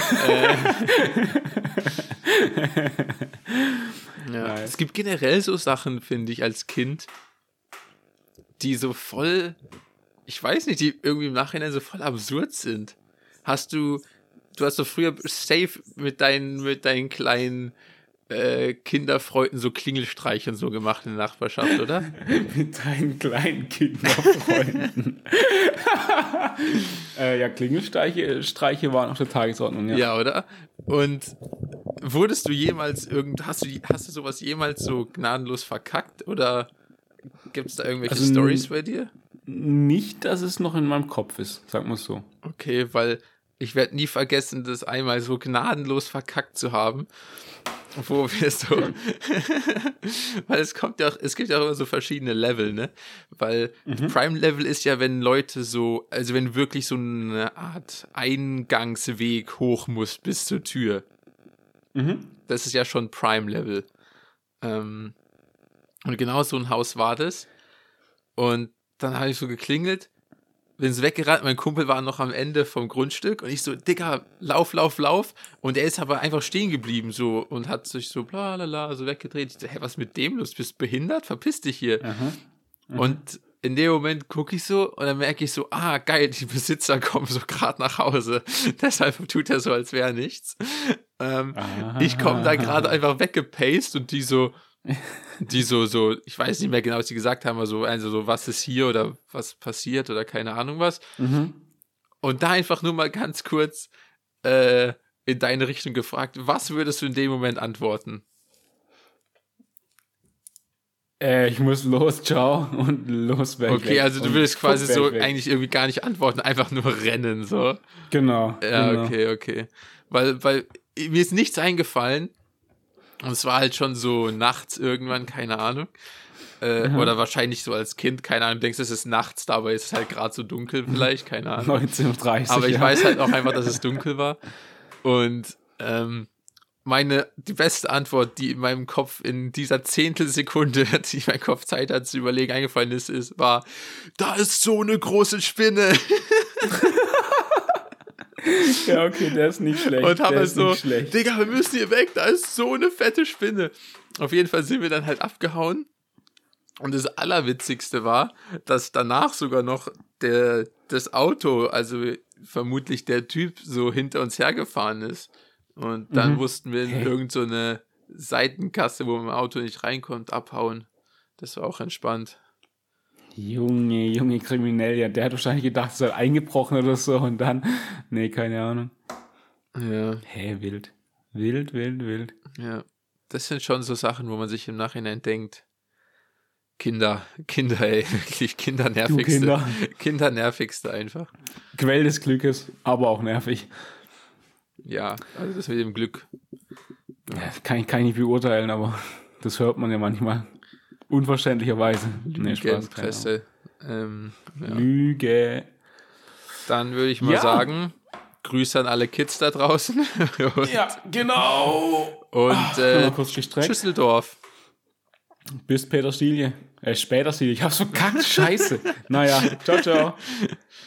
Ja. Nice. Es gibt generell so Sachen, finde ich, als Kind, die so voll, ich weiß nicht, die irgendwie im Nachhinein so voll absurd sind. Du hast doch früher safe mit deinen kleinen Kinderfreunden so Klingelstreiche und so gemacht in der Nachbarschaft, oder? Mit deinen kleinen Kinderfreunden. Ja, Klingelstreiche waren auf der Tagesordnung, ja. Ja, oder? Und wurdest du jemals hast du sowas jemals so gnadenlos verkackt oder gibt es da irgendwelche Storys bei dir? Nicht, dass es noch in meinem Kopf ist, sag mal so. Okay, weil ich werde nie vergessen, das einmal so gnadenlos verkackt zu haben, wo wir so, weil es gibt ja auch immer so verschiedene Level, ne? Weil Prime-Level ist ja, wenn Leute wenn wirklich so eine Art Eingangsweg hoch muss bis zur Tür. Das ist ja schon Prime-Level. Und genau so ein Haus war das. Und dann habe ich so geklingelt, bin so weggerannt, mein Kumpel war noch am Ende vom Grundstück und ich so, Digga, lauf. Und er ist aber einfach stehen geblieben so und hat sich so bla so weggedreht. Ich so, was ist mit dem los? Bist du behindert? Verpiss dich hier. Und in dem Moment gucke ich so und dann merke ich so, geil, die Besitzer kommen so gerade nach Hause. Deshalb tut er so, als wäre nichts. Ich komme da gerade einfach weggepaced und die so, ich weiß nicht mehr genau, was sie gesagt haben, aber so, was ist hier oder was passiert oder keine Ahnung was. Und da einfach nur mal ganz kurz in deine Richtung gefragt, was würdest du in dem Moment antworten? Ich muss los, ciao und los weg. Okay, also du würdest quasi so weg. eigentlich irgendwie gar nicht antworten, einfach nur rennen, so. Genau. Ja, genau. okay. Weil mir ist nichts eingefallen. Und es war halt schon so nachts irgendwann, keine Ahnung. Oder wahrscheinlich so als Kind, keine Ahnung, denkst, es ist nachts, dabei ist es halt gerade so dunkel vielleicht, keine Ahnung. 19:30 Aber ich weiß halt auch einfach, dass es dunkel war. Und die beste Antwort, die in meinem Kopf in dieser Zehntelsekunde, die mein Kopf Zeit hat zu überlegen, eingefallen war, da ist so eine große Spinne. Ja, okay, der ist nicht schlecht. Und haben so, Digga, wir müssen hier weg, da ist so eine fette Spinne. Auf jeden Fall sind wir dann halt abgehauen. Und das Allerwitzigste war, dass danach sogar noch das Auto, also vermutlich der Typ, so hinter uns hergefahren ist. Und dann mussten wir in irgend so eine Seitengasse, wo man im Auto nicht reinkommt, abhauen. Das war auch entspannt. Junge Kriminell, der hat wahrscheinlich gedacht, es sei eingebrochen oder so und dann, nee, keine Ahnung. Ja. Wild. Ja, das sind schon so Sachen, wo man sich im Nachhinein denkt, Kinder, ey, wirklich Kindernervigste einfach. Quell des Glückes, aber auch nervig. Ja, also das mit dem Glück. Ja, kann ich nicht beurteilen, aber das hört man ja manchmal. Unverständlicherweise. Nee, Spaß. Presse. Lüge. Dann würde ich mal sagen, Grüße an alle Kids da draußen. Ja, genau. Und kurz gestreckt. Schüsseldorf. Bis Petersilie. Spätersilie. Ich hab's verkackt. Scheiße. Naja, ciao, ciao.